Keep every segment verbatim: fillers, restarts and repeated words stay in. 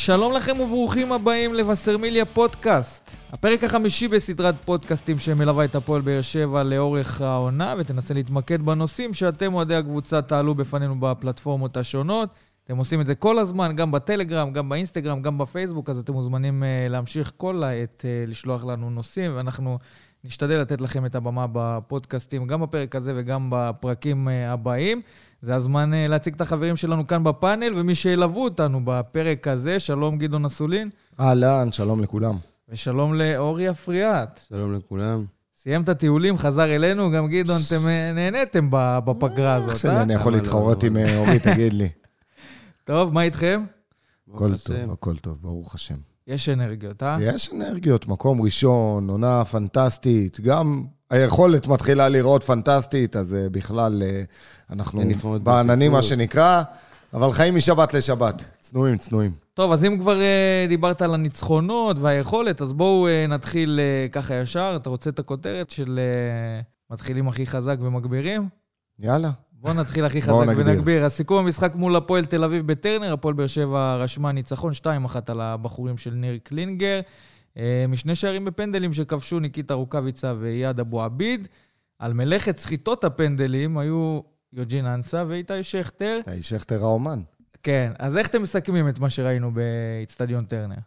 שלום לכם וברוכים הבאים לווסרמיליה פודקאסט. הפרק החמישי בסדרת פודקאסטים שמלווה את הפועל באר שבע לאורך העונה, ותנסה להתמקד בנושאים שאתם אוהדי הקבוצה תעלו בפנינו בפלטפורמות השונות. אתם עושים את זה כל הזמן, גם בטלגרם, גם באינסטגרם, גם בפייסבוק, אז אתם מוזמנים להמשיך כל העת לשלוח לנו נושאים, ואנחנו נשתדל לתת לכם את הבמה בפודקאסטים, גם בפרק הזה וגם בפרקים הבאים. זה הזמן להציג את החברים שלנו כאן בפאנל, ומי שילוו אותנו בפרק הזה, שלום גדעון אסולין. אהלן, שלום לכולם. ושלום לאורי אפריאט. שלום לכולם. סיים את הטיולים, חזר אלינו, גם גדעון, אתם נהניתם בפגרה הזאת, אה? אני יכול להתחרות עם אורי, תגיד לי. טוב, מה איתכם? הכל טוב, הכל טוב, ברוך השם. יש אנרגיות, אה? יש אנרגיות, מקום ראשון, עונה פנטסטית, גם היכולת מתחילה לראות פנטסטית, אז בכלל אנחנו בעננים מה שנקרא, אבל חיים משבת לשבת, צנועים, צנועים. טוב, אז אם כבר דיברת על הניצחונות והיכולת, אז בואו נתחיל ככה ישר. אתה רוצה את הכותרת של מתחילים הכי חזק ומגבירים? יאללה. בואו נתחיל הכי חזק ונגביר. הסיכום המשחק מול הפועל תל אביב בטרנר, הפועל באר שבע רשמה ניצחון שתיים אחת על הבחורים של ניר קלינגר, משני שערים בפנדלים שכבשו ניקיטה רוקביצה ויעד אבו עביד. על מלאכת סחיטות הפנדלים היו יוג'ין אנסה ואיתי שכטר. איתי שכטר האומן. כן, אז איך אתם מסכמים את מה שראינו באצטדיון טרנר?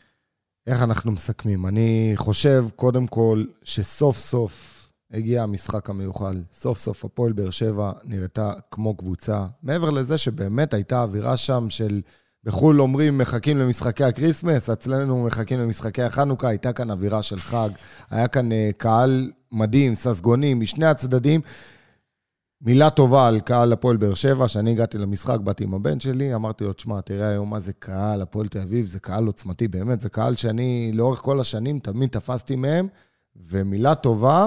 איך אנחנו מסכמים? אני חושב קודם כל שסוף סוף הגיע המשחק המיוחל. סוף סוף הפועל באר שבע נראתה כמו קבוצה. מעבר לזה שבאמת הייתה אווירה שם של, בחול אומרים מחכים למשחקי הקריסמס, אצלנו מחכים למשחקי החנוכה, הייתה כאן אווירה של חג, היה כאן קהל מדהים, ססגונים, משני הצדדים. מילה טובה על קהל הפועל באר שבע, שאני הגעתי למשחק, באתי עם הבן שלי, אמרתי לו, תשמע, תראה היום מה זה קהל, הפועל תל אביב, זה קהל עוצמתי, באמת, זה קהל שאני לאורך כל השנים תמיד תפסתי מהם, ומילה טובה,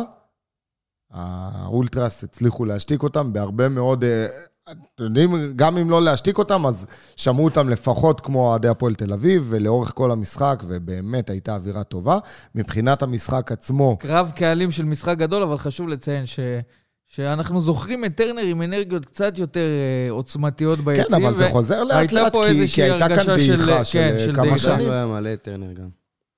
האולטרס הצליחו להשתיק אותם בהרבה מאוד, אתם יודעים, גם אם לא להשתיק אותם, אז שמעו אותם לפחות כמו עדי הפועל תל אביב, ולאורך כל המשחק, ובאמת הייתה אווירה טובה. מבחינת המשחק עצמו... קרב קהלים של משחק גדול, אבל חשוב לציין ש... שאנחנו זוכרים את טרנר עם אנרגיות קצת יותר עוצמתיות ביציעים. כן, אבל זה חוזר לאט לאט, כי, כי הייתה כאן דעיכה של, של כמה שנים. לא היה מלא טרנר גם.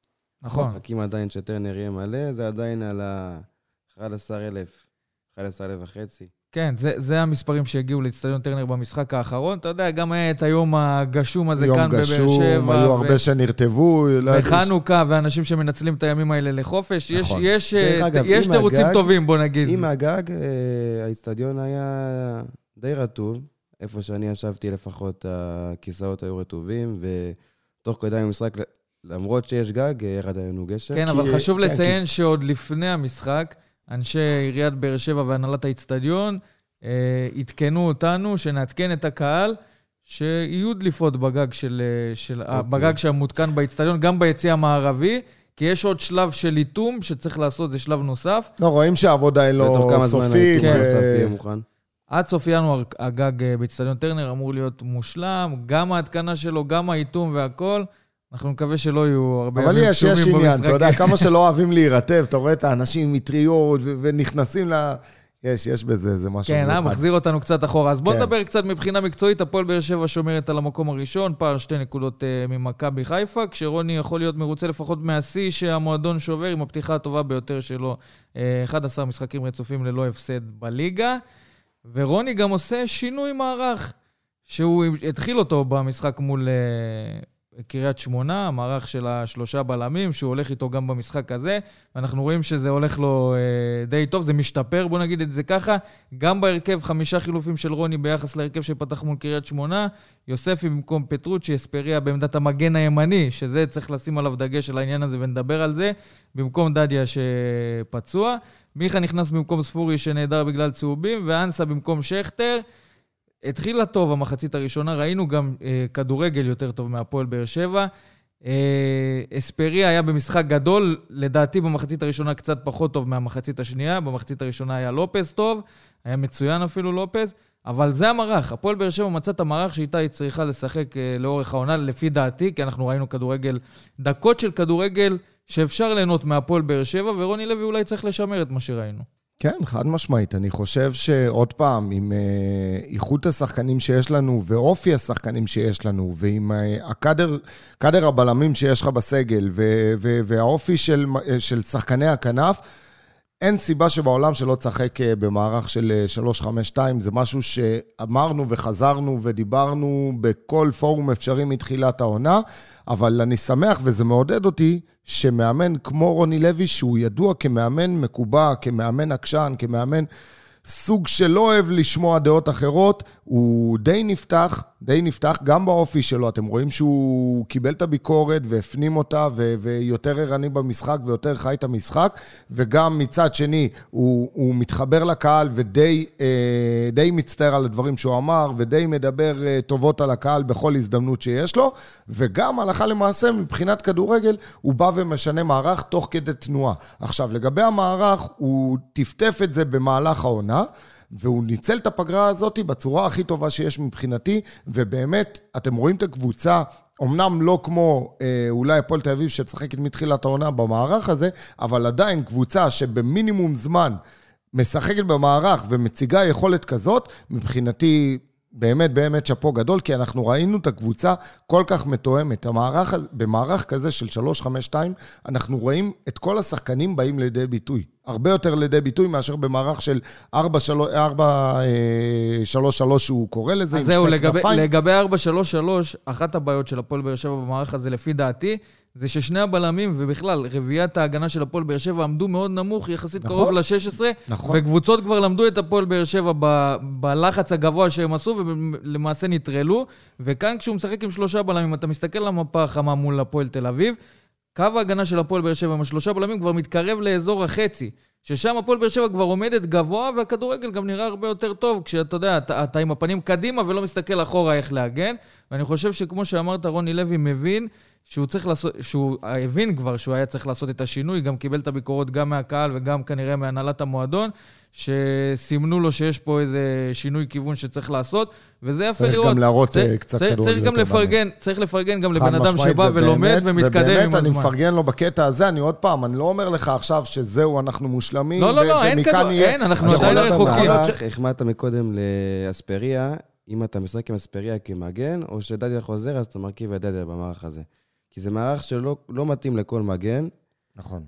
נכון. מחכים עדיין שטרנר יהיה מלא, זה עדיין על ה-אחד עשר אלף, אחד עשר אלף וחצי. כן, זה, זה המספרים שהגיעו לאצטדיון טרנר במשחק האחרון. אתה יודע, גם היה את היום הגשום הזה כאן בבאר שבע. יום גשום, היו הרבה ו... שנרטבו. וחנוכה, ואנשים שמנצלים את הימים האלה לחופש. נכון. יש, יש, אגב, יש תירוצים הגג, טובים, בוא נגיד. עם הגג, האצטדיון היה די רטוב. איפה שאני ישבתי לפחות, הכיסאות היו רטובים, ותוך כדי המשחק, למרות שיש גג, ירד עלינו גשם. כן, אבל חשוב לציין שעוד לפני המשחק, אנשי עיריית באר שבע והנהלת האצטדיון אה, התקנו אותנו, שנעדכן את הקהל, שיהיו דליפות בגג, של, של, okay. בגג שהמותקן באצטדיון, גם ביציע המערבי, כי יש עוד שלב של איתום שצריך לעשות, זה שלב נוסף. לא, רואים שהעבודה היא לא סופית. כן. סופי מוכן. עד סוף ינואר הגג באצטדיון טרנר אמור להיות מושלם, גם ההתקנה שלו, גם האיתום והכל. אנחנו מקווה שלא יהיו הרבה ימים קשומים במשחק. אבל יש, יש עניין, אתה יודע, כמה שלא אוהבים להירטב, אתה רואה את האנשים עם מטריות ו- ונכנסים ל... יש, יש בזה, זה משהו כן, מיוחד. מחזיר אותנו קצת אחורה. אז בוא כן. נדבר קצת מבחינה מקצועית. הפועל באר שבע שומרת על המקום הראשון, פער שתי נקודות uh, ממכבי חיפה, כשרוני יכול להיות מרוצה לפחות מהשיא שהמועדון שובר עם הפתיחה הטובה ביותר שלו, uh, אחד עשר משחקים רצופים ללא הפסד בליגה, ורוני גם עושה שינוי מערך, שהוא התחיל אותו במשחק מול... Uh, קריית שמונה, המערך של השלושה בלמים, שהוא הולך איתו גם במשחק הזה, ואנחנו רואים שזה הולך לו אה, די טוב, זה משתפר, בוא נגיד את זה ככה, גם בהרכב חמישה חילופים של רוני ביחס להרכב שפתח מול קריית שמונה, יוספי במקום פטרוצ'י, אספריה בעמדת המגן הימני, שזה צריך לשים עליו דגש על העניין הזה ונדבר על זה, במקום דדיה שפצוע, מיכה נכנס במקום ספורי שנהדר בגלל צהובים, ואנסה במקום שכטר, התחילה טוב המחצית הראשונה, ראינו גם אה, כדורגל יותר טוב מהפועל באר שבע. אה, אספריה היה במשחק גדול, לדעתי במחצית הראשונה קצת פחות טוב מהמחצית השנייה, במחצית הראשונה היה לופס טוב, היה מצוין אפילו לופס, אבל זה המערך, הפועל באר שבע מצא את המערך שאיתה היא צריכה לשחק אה, לאורך העונה, לפי דעתי, כי אנחנו ראינו כדורגל, דקות של כדורגל שאפשר ליהנות מהפועל באר שבע, ורוני לוי אולי צריך לשמר את מה שראינו. כן, חד משמעית. אני חושב שעוד פעם, עם איכות השחקנים שיש לנו, ואופי השחקנים שיש לנו, ועם הקדר, קדר הבלמים שיש לך בסגל, והאופי של, של שחקני הכנף, אין סיבה שבעולם שלא תשחק במערך של שלוש חמש שתיים, זה משהו שאמרנו וחזרנו ודיברנו בכל פורום אפשרי מתחילת העונה, אבל אני שמח וזה מעודד אותי שמאמן כמו רוני לוי, שהוא ידוע כמאמן מקובע, כמאמן עקשן, כמאמן סוג שלא אוהב לשמוע דעות אחרות, הוא די נפתח, די נפתח גם באופי שלו. אתם רואים שהוא קיבל את הביקורת והפנים אותה, ו- ויותר ערני במשחק ויותר חי את המשחק, וגם מצד שני הוא, הוא מתחבר לקהל ודי אה, די מצטער על הדברים שהוא אמר, ודי מדבר אה, טובות על הקהל בכל הזדמנות שיש לו, וגם הלכה למעשה מבחינת כדורגל, הוא בא ומשנה מערך תוך כדי תנועה. עכשיו, לגבי המערך, הוא טפטף את זה במהלך העונה, והוא ניצל את הפגרה הזאת בצורה הכי טובה שיש מבחינתי, ובאמת, אתם רואים את הקבוצה, אמנם לא כמו אה, אולי הפועל תל אביב שמשחקת מתחילת העונה במערך הזה, אבל עדיין קבוצה שבמינימום זמן משחקת במערך ומציגה יכולת כזאת, מבחינתי באמת באמת שפו גדול, כי אנחנו ראינו את הקבוצה כל כך מתואמת. המערך, במערך כזה של שלוש חמש שתיים, אנחנו רואים את כל השחקנים באים לידי ביטוי. הרבה יותר לידי ביטוי מאשר במערך של ארבע שלוש שלוש שהוא קורא לזה. אז זהו, לגבי, לגבי ארבע שלוש שלוש, אחת הבעיות של הפועל באר שבע במערך הזה לפי דעתי, זה ששני הבלמים, ובכלל, רביעיית ההגנה של הפועל באר שבע עמדו מאוד נמוך, יחסית נכון, קרוב ל-שש עשרה, נכון. וקבוצות כבר למדו את הפועל באר שבע ב- בלחץ הגבוה שהם עשו, ולמעשה נטרלו, וכאן כשהוא משחק עם שלושה בלמים, אתה מסתכל על המפה החמה מול הפועל תל אביב, קו ההגנה של הפועל באר שבע עם השלושה בלמים כבר מתקרב לאזור החצי, ששם הפועל באר שבע כבר עומדת גבוה, והכדורגל גם נראה הרבה יותר טוב, כשאתה יודע, אתה, אתה עם הפנים קדימה ולא מסתכל אחורה איך להגן, ואני חושב שכמו שאמרת, רוני לוי מבין שהוא צריך לעשות, שהוא הבין כבר שהוא היה צריך לעשות את השינוי, גם קיבל את הביקורות גם מהקהל וגם כנראה מהנהלת המועדון, שסימנו לו שיש פה איזה שינוי כיוון שצריך לעשות, וזה יפה לראות. צריך גם להראות קצת כדורגל. צריך גם לפרגן, צריך לפרגן גם לבן אדם שבא ולומד ומתקדם עם הזמן. ובאמת אני מפרגן לו בקטע הזה, אני עוד פעם, אני לא אומר לך עכשיו שזהו, אנחנו מושלמים. לא, לא, לא, אין כדור, אין, אנחנו עדיין רחוקים. החמאת מקודם לאספריה, אם אתה משחק עם אספריה כמגן, או שדדיה חוזר, אז אתה מרכיב את דדיה במערך הזה. כי זה מערך שלא לא מתאים לכל מגן. נכון.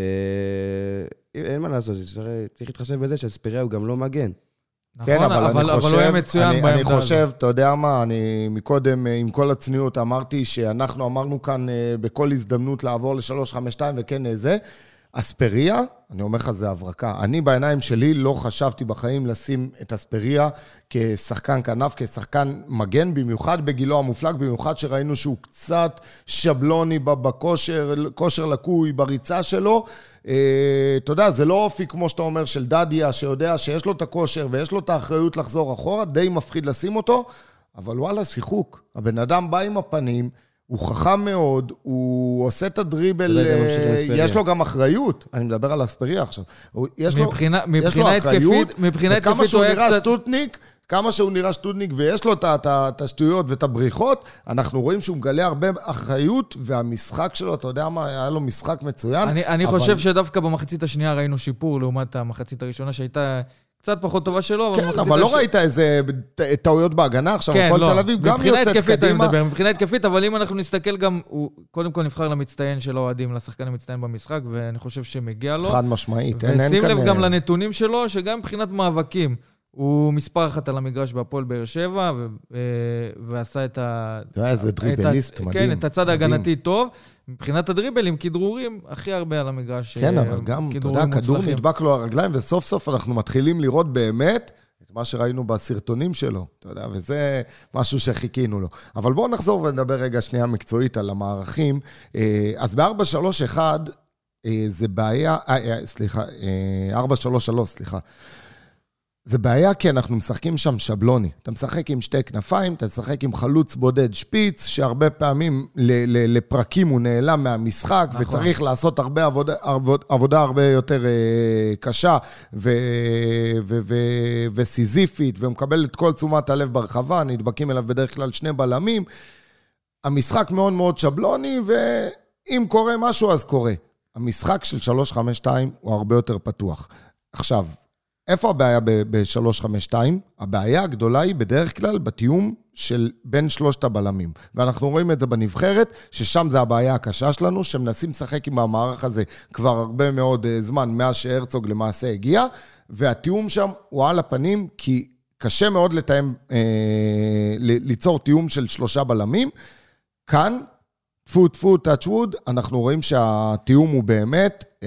ואין מה לעשות, צריך להתחשב בזה שאספריה הוא גם לא מגן. נכון, כן, אבל, אבל, אבל הוא היה מצוין אני, בעמדה אני חושב, אתה יודע מה, אני מקודם, עם כל הצניעות, אמרתי שאנחנו אמרנו כאן בכל הזדמנות לעבור ל-שלוש חמש שתיים, וכן זה, אספריה, אני אומר לך, זה הברקה. אני בעיניים שלי לא חשבתי בחיים לשים את אספריה כשחקן כנף, כשחקן מגן, במיוחד בגילו המופלג, במיוחד שראינו שהוא קצת שבלוני בכושר, כושר לקוי בריצה שלו. אתה יודע, זה לא אופי כמו שאתה אומר של דדיה, שיודע שיש לו את הכושר ויש לו את האחריות לחזור אחורה, די מפחיד לשים אותו, אבל וואלה, שיחוק. הבן אדם בא עם הפנים, הוא חכם מאוד, הוא עושה את הדריבל, יש לו גם אחריות, אני מדבר על אספריה עכשיו, יש לו אחריות, וכמה שהוא נראה שטוטניק, כמה שהוא נראה שטוטניק ויש לו את השטויות ואת הבריחות, אנחנו רואים שהוא מגלה הרבה אחריות, והמשחק שלו, אתה יודע מה, היה לו משחק מצוין. אני חושב שדווקא במחצית השנייה ראינו שיפור, לעומת המחצית הראשונה שהייתה קצת פחות טובה שלו. כן, אבל לא ראית איזה טעויות בהגנה, עכשיו הפועל תל אביב גם יוצאת קדימה. מבחינה התקפית, אבל אם אנחנו נסתכל גם, הוא קודם כל נבחר למצטיין של האוהדים, לשחקן המצטיין במשחק, ואני חושב שמגיע לו. חד משמעית. ושים לב גם לנתונים שלו, שגם מבחינת מאבקים, הוא מספר אחת על המגרש בהפועל באר שבע, ועשה את ה... זה היה איזה דריבליסט מדהים. כן, את הצד ההגנתי טוב. מבחינת הדריבלים, כדרורים, הכי הרבה על המגרש. כן, אבל גם, אתה יודע, כדור נדבק לו הרגליים, וסוף סוף אנחנו מתחילים לראות באמת את מה שראינו בסרטונים שלו, אתה יודע, וזה משהו שחיכינו לו. אבל בואו נחזור ונדבר רגע שנייה מקצועית על המערכים. אז ב-ארבע שלוש אחת זה בעיה, סליחה, ארבע שלוש שלוש, סליחה. זה בעיה כי אנחנו משחקים שם שבלוני. אתה משחק עם שתי כנפיים, אתה משחק עם חלוץ בודד שפיץ, שהרבה פעמים ל- ל- לפרקים הוא נעלם מהמשחק, נכון. וצריך לעשות הרבה עבודה, עבודה, עבודה הרבה יותר uh, קשה ו- ו- ו- וסיזיפית, ומקבל את כל תשומת הלב ברחבה, נדבקים אליו בדרך כלל שני בלמים. המשחק מאוד מאוד שבלוני, ואם קורה משהו אז קורה. המשחק של שלוש חמש שתיים הוא הרבה יותר פתוח. עכשיו, איפה הבעיה ב-שלוש חמש שתיים? הבעיה הגדולה היא בדרך כלל בתיאום של בין שלושת הבלמים. ואנחנו רואים את זה בנבחרת, ששם זה הבעיה הקשה שלנו, שמנסים לשחק עם המערך הזה כבר הרבה מאוד זמן, מאז שהרצוג למעשה הגיע, והתיאום שם הוא על הפנים, כי קשה מאוד לתאם, אה, ליצור תיאום של שלושה בלמים. כאן, טפו טפו טאץ' ווד, אנחנו רואים שהתיאום הוא באמת אה,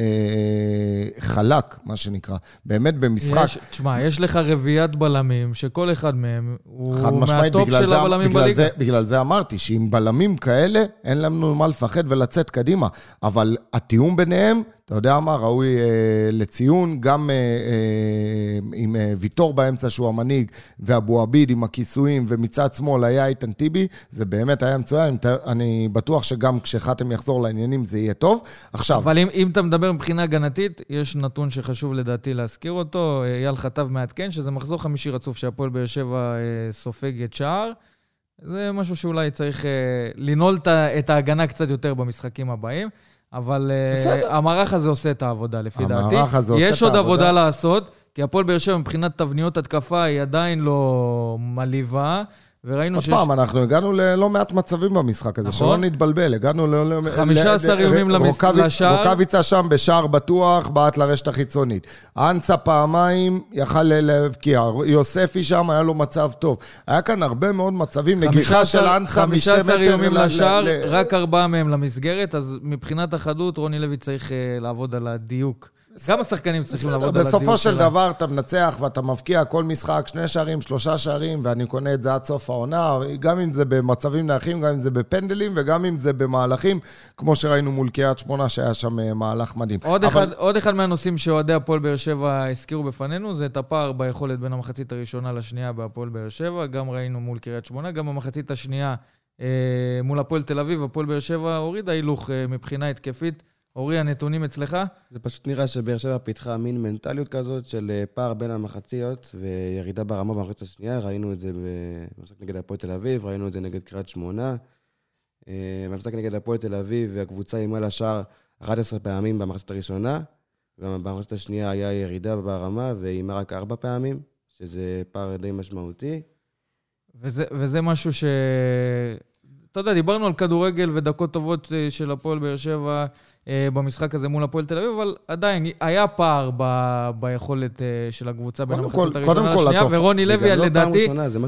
חלק, מה שנקרא. באמת במשחק. יש, תשמע, יש לך רביעת בלמים, שכל אחד מהם הוא מהטופ של זה, הבלמים בגלל בליגה. זה, בגלל זה אמרתי, שעם בלמים כאלה, אין לנו מה לפחד ולצאת קדימה. אבל התיאום ביניהם, אתה יודע מה, ראוי אה, לציון, גם אה, אה, עם אה, ויטור באמצע שהוא המנהיג, ואבו עביד עם הכיסויים, ומצד שמאל היה איתן טיבי, זה באמת היה מצוין, אני בטוח שגם כשחתם יחזור לעניינים זה יהיה טוב. עכשיו... אבל אם, אם אתה מדבר מבחינה הגנתית, יש נתון שחשוב לדעתי להזכיר אותו, אייל חטב מעדכן, שזה מחזור חמישי רצוף שהפועל באר שבע אה, סופגת שער, זה משהו שאולי צריך אה, לנעול את ההגנה קצת יותר במשחקים הבאים, אבל uh, המערך הזה עושה את העבודה, לפי דעתי. יש עוד עבודה לעשות, כי הפועל באר שבע מבחינת תבניות התקפה היא עדיין לא מליבה, וראינו שיש... עוד פעם, אנחנו הגענו ללא מעט מצבים במשחק הזה, שלא נתבלבל, הגענו ל... חמישה עשר איומים לשער. רוקאביצה שם בשער בטוח, בעט לרשת החיצונית. אנסה פעמיים, יכל להבקיע. יוספי שם, היה לו מצב טוב. היה כאן הרבה מאוד מצבים, נגיחה של אנסה חמישה עשר איומים לשער, רק ארבעה מהם למסגרת, אז מבחינת החדות, רוני לוי צריך לעבוד על הדיוק. גם השחקנים צריכים לעבוד על הדיוק. בסופו של דבר אתה מנצח ואתה מבקיע כל משחק, שני שערים, שלושה שערים, ואני קונה את זה עד סוף העונה, גם אם זה במצבים נייחים, גם אם זה בפנדלים, וגם אם זה במהלכים, כמו שראינו מול קריית שמונה, שהיה שם מהלך מדהים. עוד, אבל... אחד, עוד אחד מהנושאים שאוהדי הפועל באר שבע הזכירו בפנינו, זה את הפער ביכולת בין המחצית הראשונה לשנייה בהפועל באר שבע, גם ראינו מול קריית שמונה, גם במחצית השנייה אה, מול הפועל תל אביב, הפועל באר שבע הורידה הילוך אה, מבחינה התקפית. אורי, הנתונים אצלך? זה פשוט נראה שבאר שבע פיתחה מין מנטליות כזאת של פער בין המחציות וירידה ברמה במחצית השנייה. ראינו את זה במשחק נגד הפועל תל אביב, ראינו את זה נגד קריית שמונה. במשחק נגד הפועל תל אביב, הקבוצה אימה לשער אחת עשרה פעמים במחצית הראשונה, ובמחצית השנייה היה ירידה ברמה ואימה רק ארבע פעמים, שזה פער די משמעותי. וזה, וזה משהו ש... אתה יודע, דיברנו על כדורגל ודקות טובות של הפועל באר שבע במשחק הזה מול הפועל תל אביב, אבל עדיין היה פער ב- ביכולת של הקבוצה בין המחצית הראשונה לשנייה, ורוני לוי, לדעתי,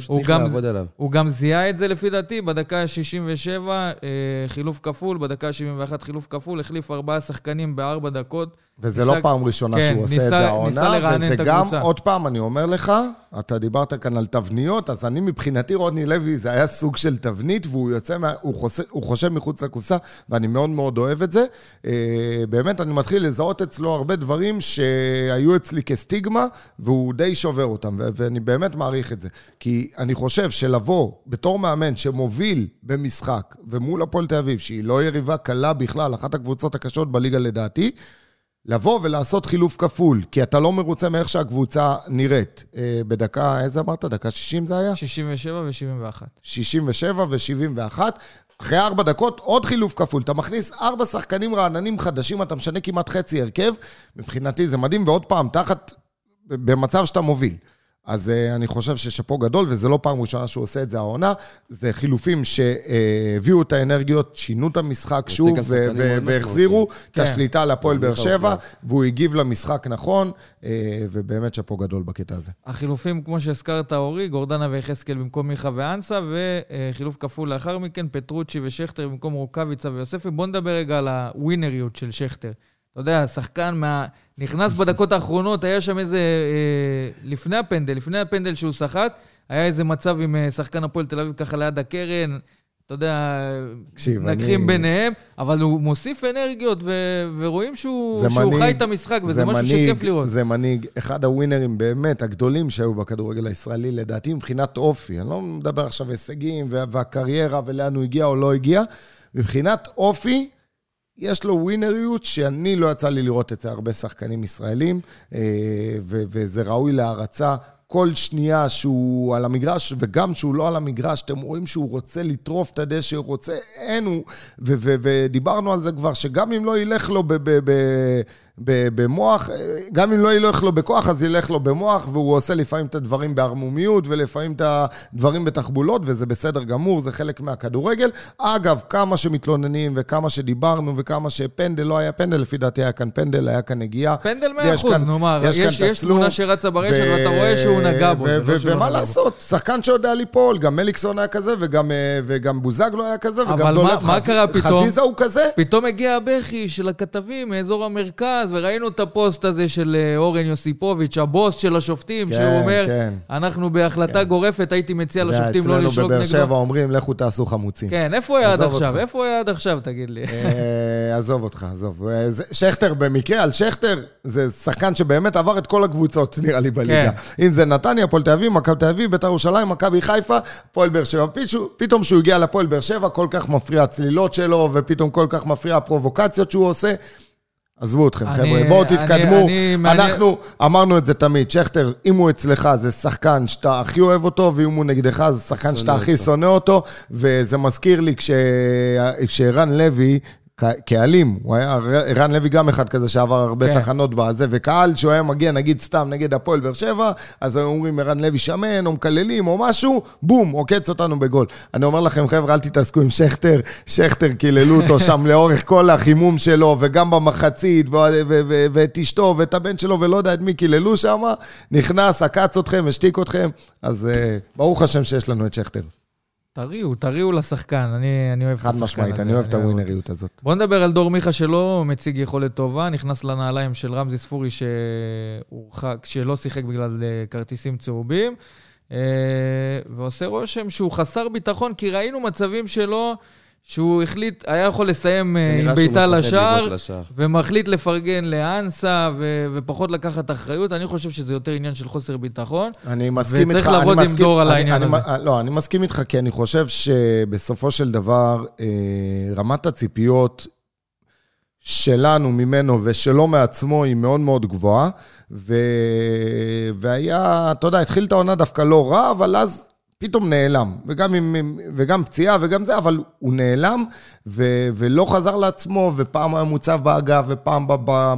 הוא גם זיהה את זה לפי דעתי, בדקה ה-שישים ושבע חילוף כפול, בדקה ה-שבעים ואחת חילוף כפול, החליף ארבעה שחקנים בארבע דקות. וזה לא פעם ראשונה שהוא עושה את זה העונה, וזה גם, עוד פעם, אני אומר לך, אתה דיברת כאן על תבניות, אז אני מבחינתי, רוני לוי, זה היה סוג של תבנית, והוא יוצא, הוא חושב מחוץ לקופסה, ואני מאוד מאוד אוהב את זה. באמת, אני מתחיל לזהות אצלו הרבה דברים שהיו אצלי כסטיגמה, והוא די שובר אותם, ואני באמת מעריך את זה. כי אני חושב שלבוא בתור מאמן שמוביל במשחק, ומול הפועל תל אביב, שהיא לא יריבה קלה בכלל, אחת הקבוצות הקשות בליגה לדעתי, לבוא ולעשות חילוף כפול, כי אתה לא מרוצה מאיך שהקבוצה נראית. בדקה, איזה אמרת? דקה שישים זה היה? שישים ושבע ו-שבעים ואחת. שישים ושבע ו-שבעים ואחת. אחרי ארבע דקות, עוד חילוף כפול. אתה מכניס ארבע שחקנים רעננים חדשים, אתה משנה כמעט חצי הרכב. מבחינתי זה מדהים, ועוד פעם, תחת, במצב שאתה מוביל. אז uh, אני חושב ששפו גדול, וזה לא פעם ראשונה שהוא עושה את זה העונה, זה חילופים שהביאו את האנרגיות, שינו את המשחק שוב, ו- ו- והחזירו את השליטה לפועל באר שבע, והוא הגיב למשחק נכון, uh, ובאמת שפו גדול בקטע הזה. החילופים, כמו שהזכרת אורי, גורדנה ויחזקאל במקום מיכה ואנסה, וחילוף כפול לאחר מכן, פטרוצ'י ושכטר במקום רוקאביצה ויוספי. בוא נדבר רגע על הווינריות של שכטר. אתה יודע, שחקן מה... נכנס בדקות האחרונות, היה שם איזה... אה, לפני הפנדל, לפני הפנדל שהוא שחט, היה איזה מצב עם שחקן הפועל תל אביב ככה ליד הקרן, אתה יודע, נקחים אני... ביניהם, אבל הוא מוסיף אנרגיות, ו... ורואים שהוא, שהוא מניג, חי את המשחק, וזה משהו מניג, שכיף לראות. זה מנהיג, אחד הווינרים באמת הגדולים שהיו בכדורגל הישראלי, לדעתי מבחינת אופי, אני לא מדבר עכשיו הישגים והקריירה ולאן הוא הגיע או לא הגיע, מבחינת אופי, יש לו ווינריות שאני לא יצא לי לראות את זה הרבה שחקנים ישראלים, וזה ראוי להרצה. כל שנייה שהוא על המגרש, וגם שהוא לא על המגרש, אתם רואים שהוא רוצה לטרוף את הדשא, הוא רוצה, אין הוא, ו- ו- ודיברנו על זה כבר, שגם אם לא ילך לו ב- ב- ב- במוח, גם אם לא ילך לו בכוח, אז ילך לו במוח, והוא עושה לפעמים את הדברים בהרמומיות, ולפעמים את הדברים בתחבולות, וזה בסדר גמור, זה חלק מהכדורגל. אגב, כמה שמתלוננים, וכמה שדיברנו, וכמה שפנדל לא היה פנדל, לפי דעתי היה כאן פנדל, היה כאן נגיעה. פנדל מאה אחוז, נאמר, יש תמונה שרצה ברשת, ואתה רואה שהוא נגע בו. ומה לעשות? שחקן שיודע ליפול, גם מליקסון היה כזה, וגם בוזגלו היה כזה, וגם דולב חזיזה הוא כזה. פתאום הגיע הבכי של הכתבים מאזור המרכז, וראינו את הפוסט הזה של אורן יוסיפוביץ', הבוס של השופטים, שהוא אומר, אנחנו בהחלטה גורפת, הייתי מציע לשופטים לא לשרוק נגדו. אצלנו בבאר שבע אומרים, לכו תעשו חמוצים. כן, איפה היה עד עכשיו? איפה היה עד עכשיו, תגיד לי? עזוב אותך, עזוב. שכטר במקרה, על שכטר, זה שחקן שבאמת עבר את כל הקבוצות, נראה לי בליגה. אם זה נתניה, הפועל תל אביב, מכבי תל אביב, בית"ר ירושלים, מכבי חיפה, הפועל באר שבע. פתאום שהוא הגיע לפועל באר שבע, כל כך מפריע הצלילות שלו, ופתאום כל כך מפריע הפרובוקציות שהוא עושה. עזבו אתכם, חבר'ה, בואו תתקדמו. אנחנו אמרנו את זה תמיד, שכטר, אם הוא אצלך, זה שחקן שאתה הכי אוהב אותו, ואם הוא נגדך, זה שחקן שאתה הכי שונא אותו, וזה מזכיר לי כשערן לוי, קהלים, הוא היה, ערן לוי גם אחד כזה שעבר הרבה כן. תחנות בזה, וקהל שהוא היה מגיע, נגיד סתם, נגד הפועל באר שבע, אז אומרים ערן לוי שמן, או מקללים, או משהו, בום, עוקץ אותנו בגול. אני אומר לכם, חבר'ה, אל תתעסקו עם שכטר, שכטר קיללו אותו שם לאורך כל החימום שלו, וגם במחצית, ואת אשתו, ואת הבן שלו, ולא יודע את מי קיללו שם, נכנס, עקץ אתכם, השתיק אתכם, אז ברוך השם שיש לנו את שכטר. תריעו, תריעו לשחקן, אני, אני אוהב את השחקן. חד משמעית, אני אוהב את הווינריות הזאת. בוא נדבר על דור מיכה שלו, מציג יכולת טובה, נכנס לנעליים של רמזי ספורי שלא שיחק בגלל כרטיסים צהובים, ועושה רושם שהוא חסר ביטחון, כי ראינו מצבים שלו, שהוא החליט, היה יכול לסיים עם ביתה לשער, ומחליט לפרגן לאנסה, ופחות לקחת אחריות. אני חושב שזה יותר עניין של חוסר ביטחון. אני מסכים איתך. וצריך לעבוד עם דור על העניין הזה. לא, אני מסכים איתך, כי אני חושב שבסופו של דבר, רמת הציפיות שלנו, ממנו ושלו מעצמו, היא מאוד מאוד גבוהה, והיה, אתה יודע, התחיל את העונה דווקא לא רע, אבל אז פתאום נעלם, וגם, עם, וגם פציעה וגם זה, אבל הוא נעלם ו, ולא חזר לעצמו, ופעם היה מוצב באגף, ופעם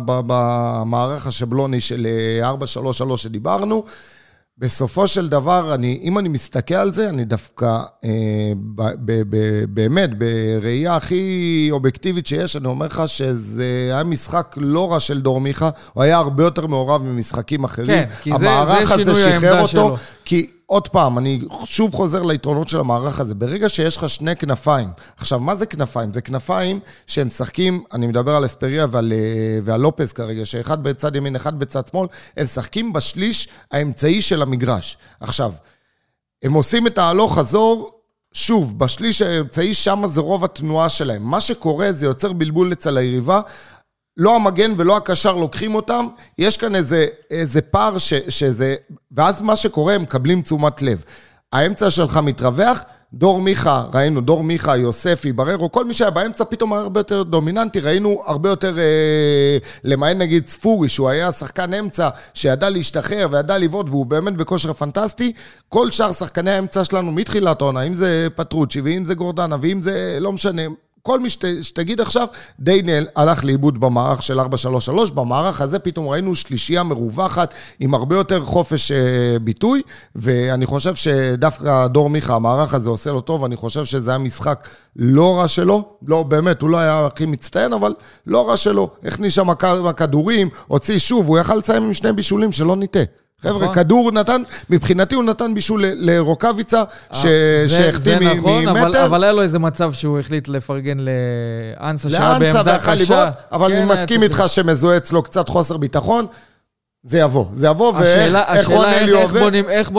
במערך השבלוני של ארבע שלוש שלוש שדיברנו. בסופו של דבר, אני, אם אני מסתכל על זה, אני דווקא אה, ב, ב, ב, באמת, בראייה הכי אובייקטיבית שיש, אני אומר לך שזה היה משחק לא רע של דור מיכה, הוא היה הרבה יותר מעורב ממשחקים אחרים. כן, כי זה, זה שינוי העמדה שלו. כי עוד פעם, אני שוב חוזר ליתרונות של המערך הזה. ברגע שיש לך שני כנפיים, עכשיו, מה זה כנפיים? זה כנפיים שהם משחקים, אני מדבר על אספריה ועל, ועל לופס כרגע, שאחד בצד ימין, אחד בצד שמאל, הם משחקים בשליש האמצעי של המגרש. עכשיו, הם עושים את ההלוך חזור, שוב, בשליש האמצעי, שם זה רוב התנועה שלהם. מה שקורה זה יוצר בלבול אצל היריבה, לא המגן ולא הקשר לוקחים אותם, יש כאן איזה, איזה פער ש, שזה, ואז מה שקורה, הם מקבלים תשומת לב. האמצע שלך מתרווח, דור מיכה, ראינו, דור מיכה, יוספי, בררו, כל מי שהיה באמצע פתאום היה הרבה יותר דומיננטי, ראינו הרבה יותר, אה, למען נגיד ספורי, שהוא היה שחקן אמצע, שידע להשתחרר וידע לבעוט, והוא באמת בכושר פנטסטי, כל שאר שחקני האמצע שלנו מתחילת העונה, אם זה פטרוצ'י, ואם זה גורדנה, ואם זה לא משנה, כל מי שת, שתגיד עכשיו, דיינל הלך לאיבוד במערך של ארבע שלוש שלוש, במערך הזה פתאום ראינו שלישייה מרווחת, עם הרבה יותר חופש אה, ביטוי, ואני חושב שדווקא דור מיכה, המערך הזה עושה לו טוב, אני חושב שזה היה משחק לא רע שלו, לא באמת, הוא לא היה הכי מצטיין, אבל לא רע שלו, הכניס שם הכדורים, הוציא שוב, הוא יכל לסיים עם שני בישולים שלא ניטה. חבר'ה, כדור נתן, מבחינתי הוא נתן בישול לרוקביצה, שהחטיא ממטר. אבל היה לו איזה מצב שהוא החליט לפרגן לאנסה, שהיה בעמדה קשה. אבל אני מסכים איתך שמזוהה אצלו קצת חוסר ביטחון, זה יבוא, זה יבוא, ואיך רונלי עובד.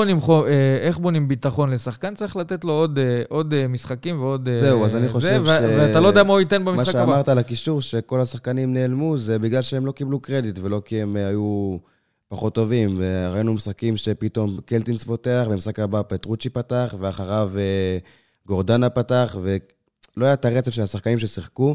איך בונים ביטחון לשחקן, צריך לתת לו עוד משחקים ועוד... זהו, אז אני חושב ש... ואתה לא יודע מה הוא ייתן במשחק הבא. מה שאמרת על הקישור, שכל השחקנים נעלמו, זה בגלל שהם לא קיבלו קרדיט, ולא כי הם היו... פחות טובים, וראינו משחקים שפתאום קלטינס פותח, במשחק הבא פטרוצ'י פתח, ואחריו גורדנה פתח, ולא היה את הרצף של השחקנים ששיחקו,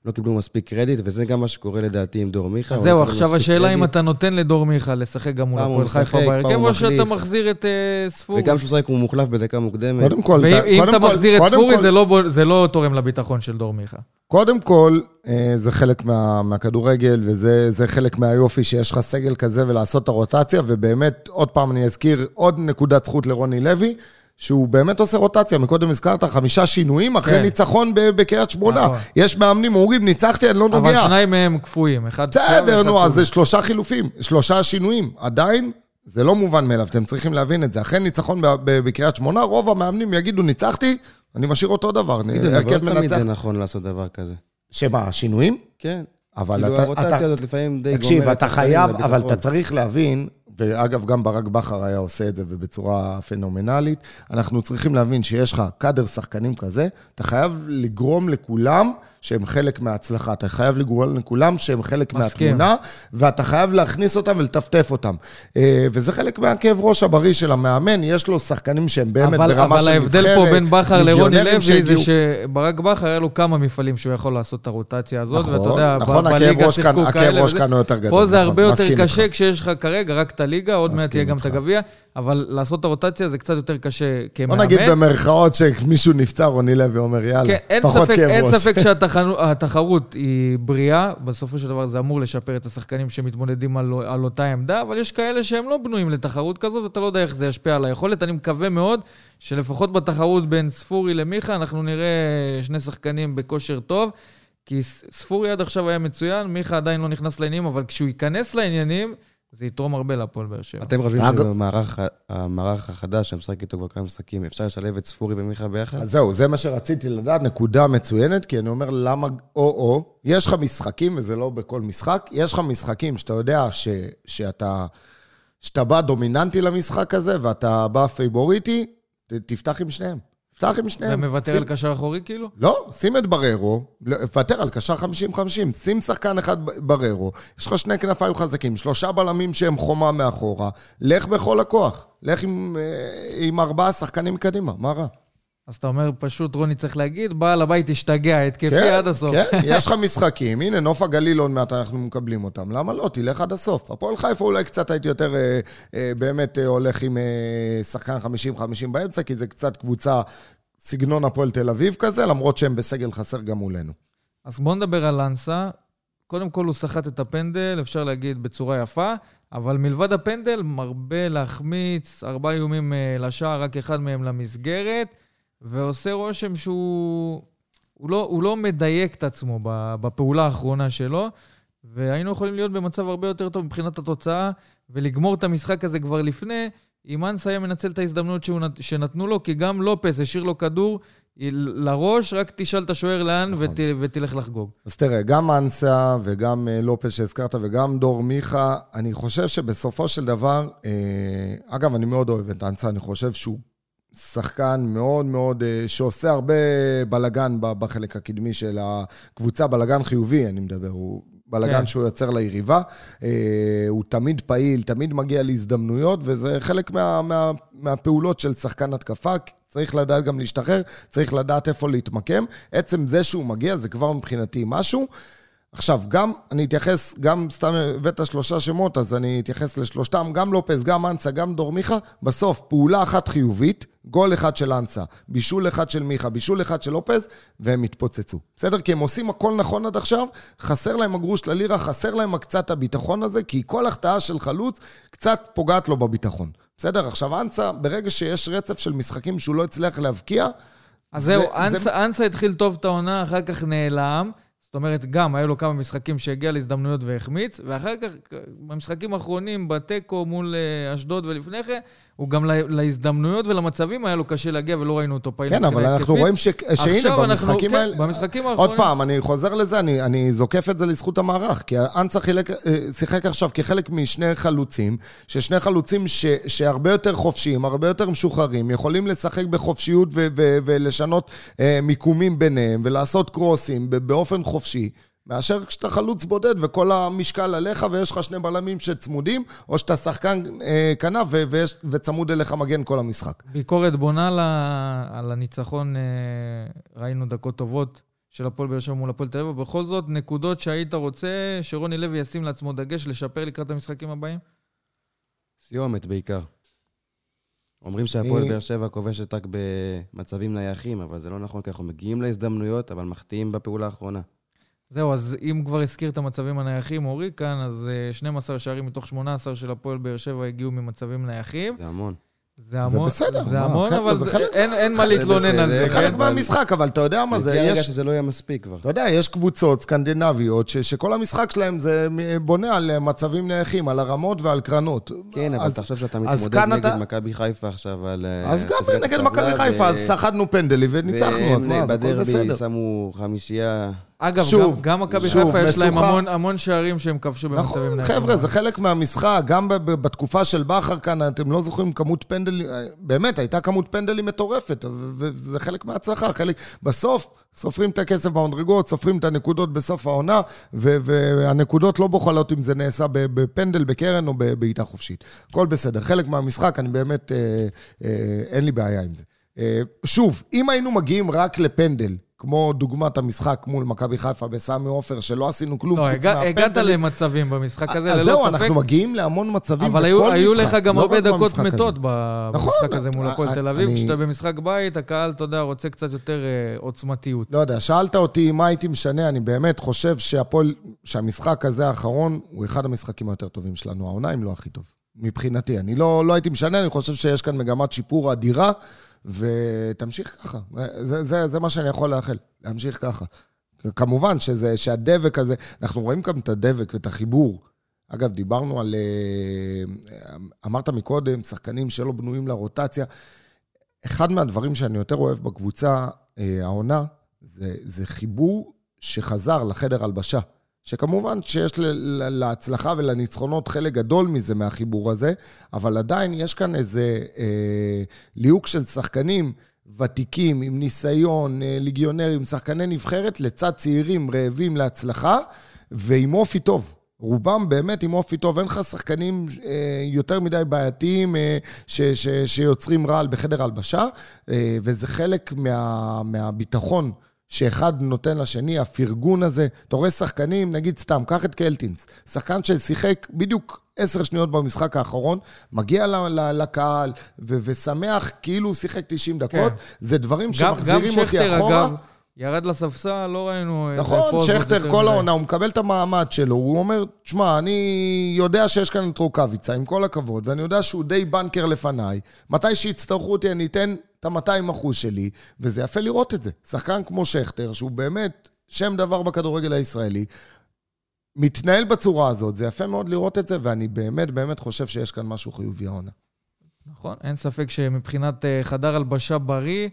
לא קיבלו מספיק קרדיט, וזה גם מה שקורה לדעתי עם דור מיכה. זהו, עכשיו השאלה אם אתה נותן לדור מיכה לשחק גם מול הפועל חיפה בהרכב, או שאתה מחזיר את ספורי. וגם שהוא שחק הוא מוחלף בדקה מוקדמת. ואם אתה מחזיר את ספורי, זה לא תורם לביטחון של דור מיכה. קודם כל, זה חלק מהכדורגל, וזה חלק מהיופי שיש לך סגל כזה, ולעשות את הרוטציה, ובאמת, עוד פעם אני אזכיר עוד נקודת זכות לרוני לוי, שהוא באמת עושה רוטציה, מקודם הזכרת חמישה שינויים, אחרי ניצחון בקריית שמונה. יש מאמנים, אומרים, ניצחתי, אני לא נוגע. אבל שניים מהם קפואים. בסדר, נו, אז זה שלושה חילופים, שלושה שינויים. עדיין, זה לא מובן מאליו, אתם צריכים להבין את זה. אחרי ניצחון בקריית שמונה, רוב המאמנים יגידו, ניצחתי, אני משאיר אותו דבר. אבל תמיד זה נכון לעשות דבר כזה. שמה, השינויים? כן. אבל אתה... הרוטציה הזאת לפעמים די גומרת. תקשיב, אתה חייב, אבל אתה צריך להבין, ואגב, גם ברק בכר היה עושה את זה, ובצורה פנומנלית, אנחנו צריכים להבין שיש לך קאדר שחקנים כזה, אתה חייב לגרום לכולם שהם חלק מההצלחה, אתה חייב לגרום לכולם שהם חלק מהתמונה, ואתה חייב להכניס אותם ולטפטף אותם. וזה חלק מהכאב ראש הבריא של המאמן, יש לו שחקנים שהם באמת ברמה של נבחרת. אבל ההבדל פה בין בכר לרוני לוי, זה שברק בכר היה לו כמה מפעלים שהוא יכול לעשות את הרוטציה הזאת, ואתה יודע, בליגה שיחקו כאלה, פה זה הרבה יותר קשה כשיש לך כרגע רק את הליגה, עוד מעט תהיה גם את הגביע, אבל לעשות את הרוטציה זה קצת יותר קשה כמאמן. בוא נגיד במרכאות שמישהו נפצע, רוני לוי אומר, יאללה, פחות כאב ראש. אין ספק שהתחרות היא בריאה, בסופו של דבר זה אמור לשפר את השחקנים שמתמודדים על, על אותה עמדה, אבל יש כאלה שהם לא בנויים לתחרות כזאת, ואתה לא יודע איך זה ישפיע על היכולת. אני מקווה מאוד שלפחות בתחרות בין ספורי למיכה, אנחנו נראה שני שחקנים בכושר טוב, כי ספורי עד עכשיו היה מצוין, מיכה עדיין לא נכנס לעניינים, אבל כשהוא ייכנס לעניינים, זה יתרום הרבה להפועל באר שבע. אתם חושבים שבמערך החדש, שמשחק איתו כבר כמה משחקים, אפשר לשלב את ספורי ומיכה ביחד? אז זהו, זה מה שרציתי לדעת, נקודה מצוינת, כי אני אומר למה או-או, יש לך משחקים, וזה לא בכל משחק, יש לך משחקים שאתה יודע ש, שאתה, שאתה בא דומיננטי למשחק הזה, ואתה בא פייבוריטי, תפתח עם שניהם. פתח עם שניהם. ומוותר על קשר אחורי כאילו? לא, שים את בררו, פתר על קשר חמישים חמישים, שים שחקן אחד בררו, יש לך שני כנפיים חזקים, שלושה בלמים שהם חומה מאחורה, לך בכל הכוח, לך עם, עם ארבעה שחקנים קדימה, מה רע? אז אתה אומר פשוט, רוני צריך להגיד, בעל הבית תשתגע, התקפי כן, עד הסוף. כן, יש לך משחקים, הנה נוף הגליל עוד מעט אנחנו מקבלים אותם, למה לא? תלך עד הסוף. הפועל חיפה אולי קצת הייתי יותר אה, אה, באמת אה, הולך עם אה, שחקן חמישים חמישים באמצע, כי זה קצת קבוצה סגנון הפועל תל אביב כזה, למרות שהם בסגל חסר גם מולנו. אז בוא נדבר על לנסה. קודם כל הוא שחט את הפנדל, אפשר להגיד בצורה יפה, אבל מלבד הפנדל מרבה להחמיץ, ארבעה איומים אה, לשער, רק אחד מהם למסגרת, ועושה רושם שהוא הוא לא, הוא לא מדייק את עצמו בפעולה האחרונה שלו, והיינו יכולים להיות במצב הרבה יותר טוב מבחינת התוצאה, ולגמור את המשחק הזה כבר לפני, אם אנסה היה מנצל את ההזדמנות שנתנו לו, כי גם לופס השאיר לו כדור לראש, רק תשאל את השוער לאן נכון. ות, ותלך לחגוג. אז תראה, גם אנסה וגם לופס שהזכרת וגם דור מיכה, אני חושב שבסופו של דבר, אגב, אני מאוד אוהב את אנסה, אני חושב שהוא שחקן מאוד מאוד, שעושה הרבה בלגן בחלק הקדמי של הקבוצה, בלגן חיובי, אני מדבר, הוא בלגן כן. שהוא יוצר ליריבה, הוא תמיד פעיל, תמיד מגיע להזדמנויות, וזה חלק מה, מה, מהפעולות של שחקן התקפה, צריך לדעת גם להשתחרר, צריך לדעת איפה להתמקם, עצם זה שהוא מגיע, זה כבר מבחינתי משהו, עכשיו, גם, אני אתייחס, גם סתם הבאת שלושה שמות, אז אני אתייחס לשלושתם, גם לופס, גם אנסה, גם דור מיכה, בסוף, פעולה אחת חיובית, גול אחד של אנסה, בישול אחד של מיכה, בישול אחד של לופס, והם התפוצצו. בסדר? כי הם עושים הכל נכון עד עכשיו, חסר להם הגרוש ללירה, חסר להם קצת הביטחון הזה, כי כל החטאה של חלוץ קצת פוגעת לו בביטחון. בסדר? עכשיו, אנסה, ברגע שיש רצף של משחקים שהוא לא הצליח להבקיע, אז זהו, אנסה, אנסה התחיל טוב את העונה, אחר כך נעלם, זאת אומרת, גם היו לו כמה משחקים שהגיע להזדמנויות והחמיץ, ואחר כך, במשחקים האחרונים, בטקו מול אשדוד ולפני כן, הוא גם להזדמנויות ולמצבים היה לו קשה להגיע, ולא ראינו אותו פעיל. כן, אבל אנחנו רואים שהנה, במשחקים האלה... במשחקים האחרונים... עוד פעם, אני חוזר לזה, אני זוקף את זה לזכות המערך, כי אנסה שיחק עכשיו כחלק משני חלוצים, ששני חלוצים שהרבה יותר חופשיים, הרבה יותר משוחררים, יכולים לשחק בחופשיות ולשנות מיקומים ביניהם, ולעשות קרוסים באופן חופשי. מאשר כשאתה חלוץ בודד וכל המשקל עליך ויש לך שני בלמים שצמודים, או שאתה שחקן אה, כנף ו- ויש, וצמוד אליך מגן כל המשחק. ביקורת בונה ל- על הניצחון, אה, ראינו דקות טובות של הפועל באר שבע מול הפועל תל אביב. בכל זאת, נקודות שהיית רוצה שרוני לוי ישים לעצמו דגש, לשפר לקראת המשחקים הבאים? סיומת בעיקר. אומרים שהפועל באר שבע כובשת רק במצבים נייחים, אבל זה לא נכון, כי אנחנו מגיעים להזדמנויות, אבל מחטיאים בפעולה האחרונה. זהו, אז אם כבר הזכיר את המצבים הנייחים, אורי כאן, אז שנים עשר שערים מתוך שמונה עשר של הפועל באר שבע הגיעו ממצבים נייחים. זה המון. זה המון, זה המון, אבל אין מה להתלונן על זה. זה חלק מהמשחק, אבל אתה יודע מה זה, יש... שזה לא יהיה מספיק כבר. אתה יודע, יש קבוצות סקנדינביות, שכל המשחק שלהם זה בונה על מצבים נייחים, על הרמות ועל קרנות. כן, אבל אתה חושב שאתה מתמודד נגד מכבי חיפה עכשיו על... אז גם נגד מכבי חיפה, אז סחדנו פנדלי וניצחנו, אז מה, זה הכל בסדר. בדרבי שמו חמישייה... אגב, שוב, גם מכבי חיפה יש להם המון, המון שערים שהם כבשו במצבים נייחים. נכון, חבר'ה, זה חלק מהמשחק, גם בתקופה של בכר כאן, אתם לא זוכרים כמות פנדלים, באמת, הייתה כמות פנדלים מטורפת, וזה חלק מההצלחה, חלק, בסוף, סופרים את הכסף במדרגות, סופרים את הנקודות בסוף העונה, והנקודות לא בוחלות אם זה נעשה בפנדל, בקרן או בעיטה חופשית. הכל בסדר, חלק מהמשחק, אני באמת, אין לי בעיה עם זה. שוב, אם היינו מגיעים רק לפנדל, כמו דוגמת המשחק מול מכבי חיפה בסמי עופר, שלא עשינו כלום לא, חוץ מהפנדלים. הגעת למצבים במשחק הזה, ללא ספק. אז זהו, אנחנו מגיעים להמון מצבים בכל משחק. אבל היו לך גם הרבה דקות מתות במשחק הזה מול הפועל תל אביב. כשאתה במשחק בית, הקהל, אתה יודע, רוצה קצת יותר עוצמתיות. לא יודע, שאלת אותי מה הייתי משנה, אני באמת חושב שהמשחק הזה האחרון, הוא אחד המשחקים היותר טובים שלנו, העונה, אם לא הכי טוב. מבחינתי, אני לא הייתי משנה, אני חושב שיש כאן מגמת שיפור אדירה, ותמשיך ככה. זה, זה, זה מה שאני יכול לאחל, להמשיך ככה. כמובן שזה, שהדבק הזה, אנחנו רואים כאן את הדבק ואת החיבור. אגב, דיברנו על, אמרת מקודם, שחקנים שלא בנויים לרוטציה. אחד מהדברים שאני יותר אוהב בקבוצה, העונה, זה, זה חיבור שחזר לחדר הלבשה. שכמובן שיש להצלחה ולניצחונות חלק גדול מזה מהחיבור הזה, אבל עדיין יש כאן איזה אה, ליהוק של שחקנים ותיקים, עם ניסיון, אה, ליגיונרים, שחקני נבחרת, לצד צעירים רעבים להצלחה, ועם אופי טוב. רובם באמת עם אופי טוב, אין לך שחקנים אה, יותר מדי בעייתיים אה, ש, ש, שיוצרים רעל בחדר הלבשה, אה, וזה חלק מה, מהביטחון, שאחד נותן לשני, הפרגון הזה, אתה רואה שחקנים, נגיד סתם, קח את קלטינס, שחקן ששיחק בדיוק עשר שניות במשחק האחרון, מגיע לקהל ו- ושמח כאילו הוא שיחק תשעים דקות, כן. זה דברים שמחזירים אותי אחורה. אגב, ירד לספסל, לא ראינו... נכון, שכתר כל העונה, הוא מקבל את המעמד שלו, הוא אומר, תשמע, אני יודע שיש כאן את רוקביצה, עם כל הכבוד, ואני יודע שהוא די בנקר לפניי, מתי שיצטרכו אותי, אני אתן את ה-מאתיים אחוז שלי, וזה יפה לראות את זה. שחקן כמו שכתר, שהוא באמת שם דבר בכדורגל הישראלי, מתנהל בצורה הזאת, זה יפה מאוד לראות את זה, ואני באמת באמת חושב שיש כאן משהו חיובי העונה. נכון, אין ספק שמבחינת חדר הלבשה בריא,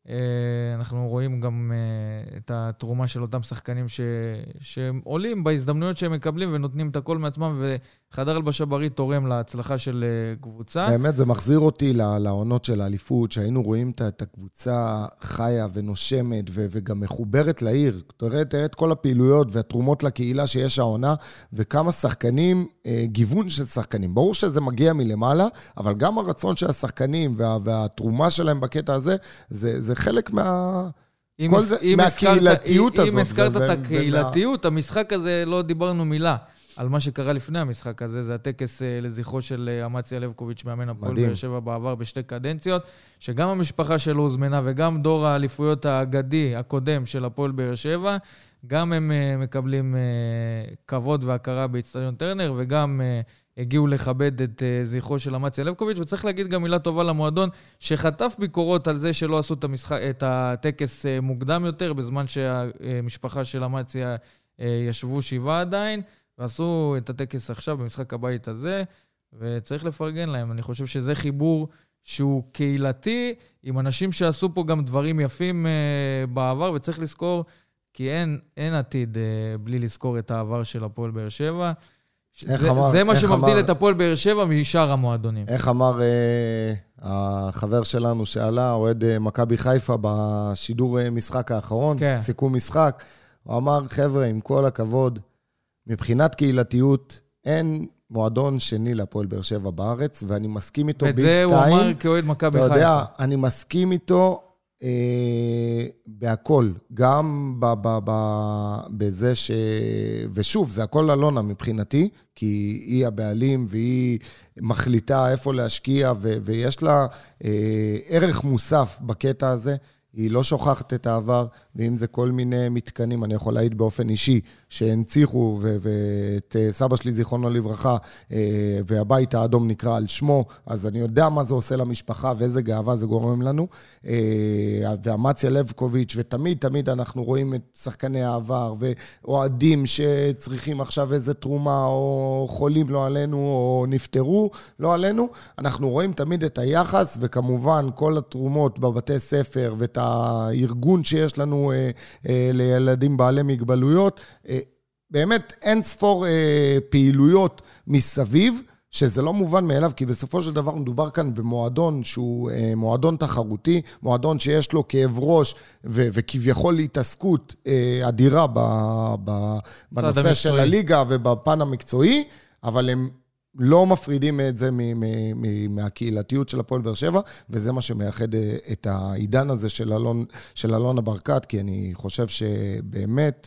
אנחנו רואים גם את התרומה של אותם שחקנים ש... שעולים בהזדמנויות שהם מקבלים ונותנים את הכל מעצמם, וחדר הלבשה בריא תורם להצלחה של קבוצה. באמת זה מחזיר אותי לעונות של האליפות, שהיינו רואים את הקבוצה חיה ונושמת ו... וגם מחוברת לעיר. תראה, תראה את כל הפעילויות והתרומות לקהילה שיש העונה, וכמה שחקנים, גיוון של שחקנים. ברור שזה מגיע מלמעלה, אבל גם הרצון של השחקנים וה... והתרומה שלהם בקטע הזה, זה, זה חלק מה... אם, זה, אם מהקהילתיות הזכרת, הזאת. אם הזכרת את הקהילתיות, המשחק הזה לא דיברנו מילה על מה שקרה לפני המשחק הזה, זה הטקס לזכרו של אמציה לבקוביץ' מאמן הפועל באר שבע בעבר בשתי קדנציות, שגם המשפחה שלו הוזמנה וגם דור האליפויות האגדי הקודם של הפועל באר שבע, גם הם מקבלים כבוד והכרה באצטדיון טרנר, וגם הגיעו לכבד את זכרו של אמציה לבקוביץ', וצריך להגיד גם מילה טובה למועדון, שחטף ביקורות על זה שלא עשו את, המשחק, את הטקס מוקדם יותר, בזמן שהמשפחה של אמציה ישבו שבעה עדיין, ועשו את הטקס עכשיו במשחק הבית הזה, וצריך לפרגן להם. אני חושב שזה חיבור שהוא קהילתי, עם אנשים שעשו פה גם דברים יפים בעבר, וצריך לזכור, כי אין, אין עתיד בלי לזכור את העבר של הפועל באר שבע, זה, אמר, זה מה שמבדיל אמר, את הפועל באר שבע משאר המועדונים. איך אמר אה, החבר שלנו שעלה, אוהד אה, מכבי חיפה בשידור אה, משחק האחרון, כן. סיכום משחק, הוא אמר, חבר'ה, עם כל הכבוד, מבחינת קהילתיות, אין מועדון שני לפועל באר שבע בארץ, ואני מסכים איתו ביג טיים. ואת זה הוא אמר כאוהד מכבי חיפה. אתה יודע, אני מסכים איתו בהכל, גם בזה ש... ושוב, זה הכל אלונה מבחינתי, כי היא הבעלים והיא מחליטה איפה להשקיע, ויש לה ערך מוסף בקטע הזה, היא לא שוכחת את העבר, ואם זה כל מיני מתקנים, אני יכול להעיד באופן אישי, שהנציחו, ואת סבא שלי זיכרונו לברכה, והבית האדום נקרא על שמו, אז אני יודע מה זה עושה למשפחה, ואיזה גאווה זה גורם לנו, ואמציה לבקוביץ', ותמיד, תמיד אנחנו רואים את שחקני העבר, ואוהדים שצריכים עכשיו איזה תרומה, או חולים לא עלינו, או נפטרו לא עלינו, אנחנו רואים תמיד את היחס, וכמובן כל התרומות בבתי ספר, ואת הארגון שיש לנו אה, אה, לילדים בעלי מגבלויות, אה, באמת אין ספור אה, פעילויות מסביב, שזה לא מובן מאליו, כי בסופו של דבר מדובר כאן במועדון שהוא אה, מועדון תחרותי, מועדון שיש לו כאב ראש ו- וכביכול התעסקות אה, אדירה ב- ב- בנושא של הליגה ובפן המקצועי, אבל הם לא מפרידים את זה מהקהילתיות של הפועל באר שבע, וזה מה שמייחד את העידן הזה של אלון, של אלונה ברקת, כי אני חושב שבאמת...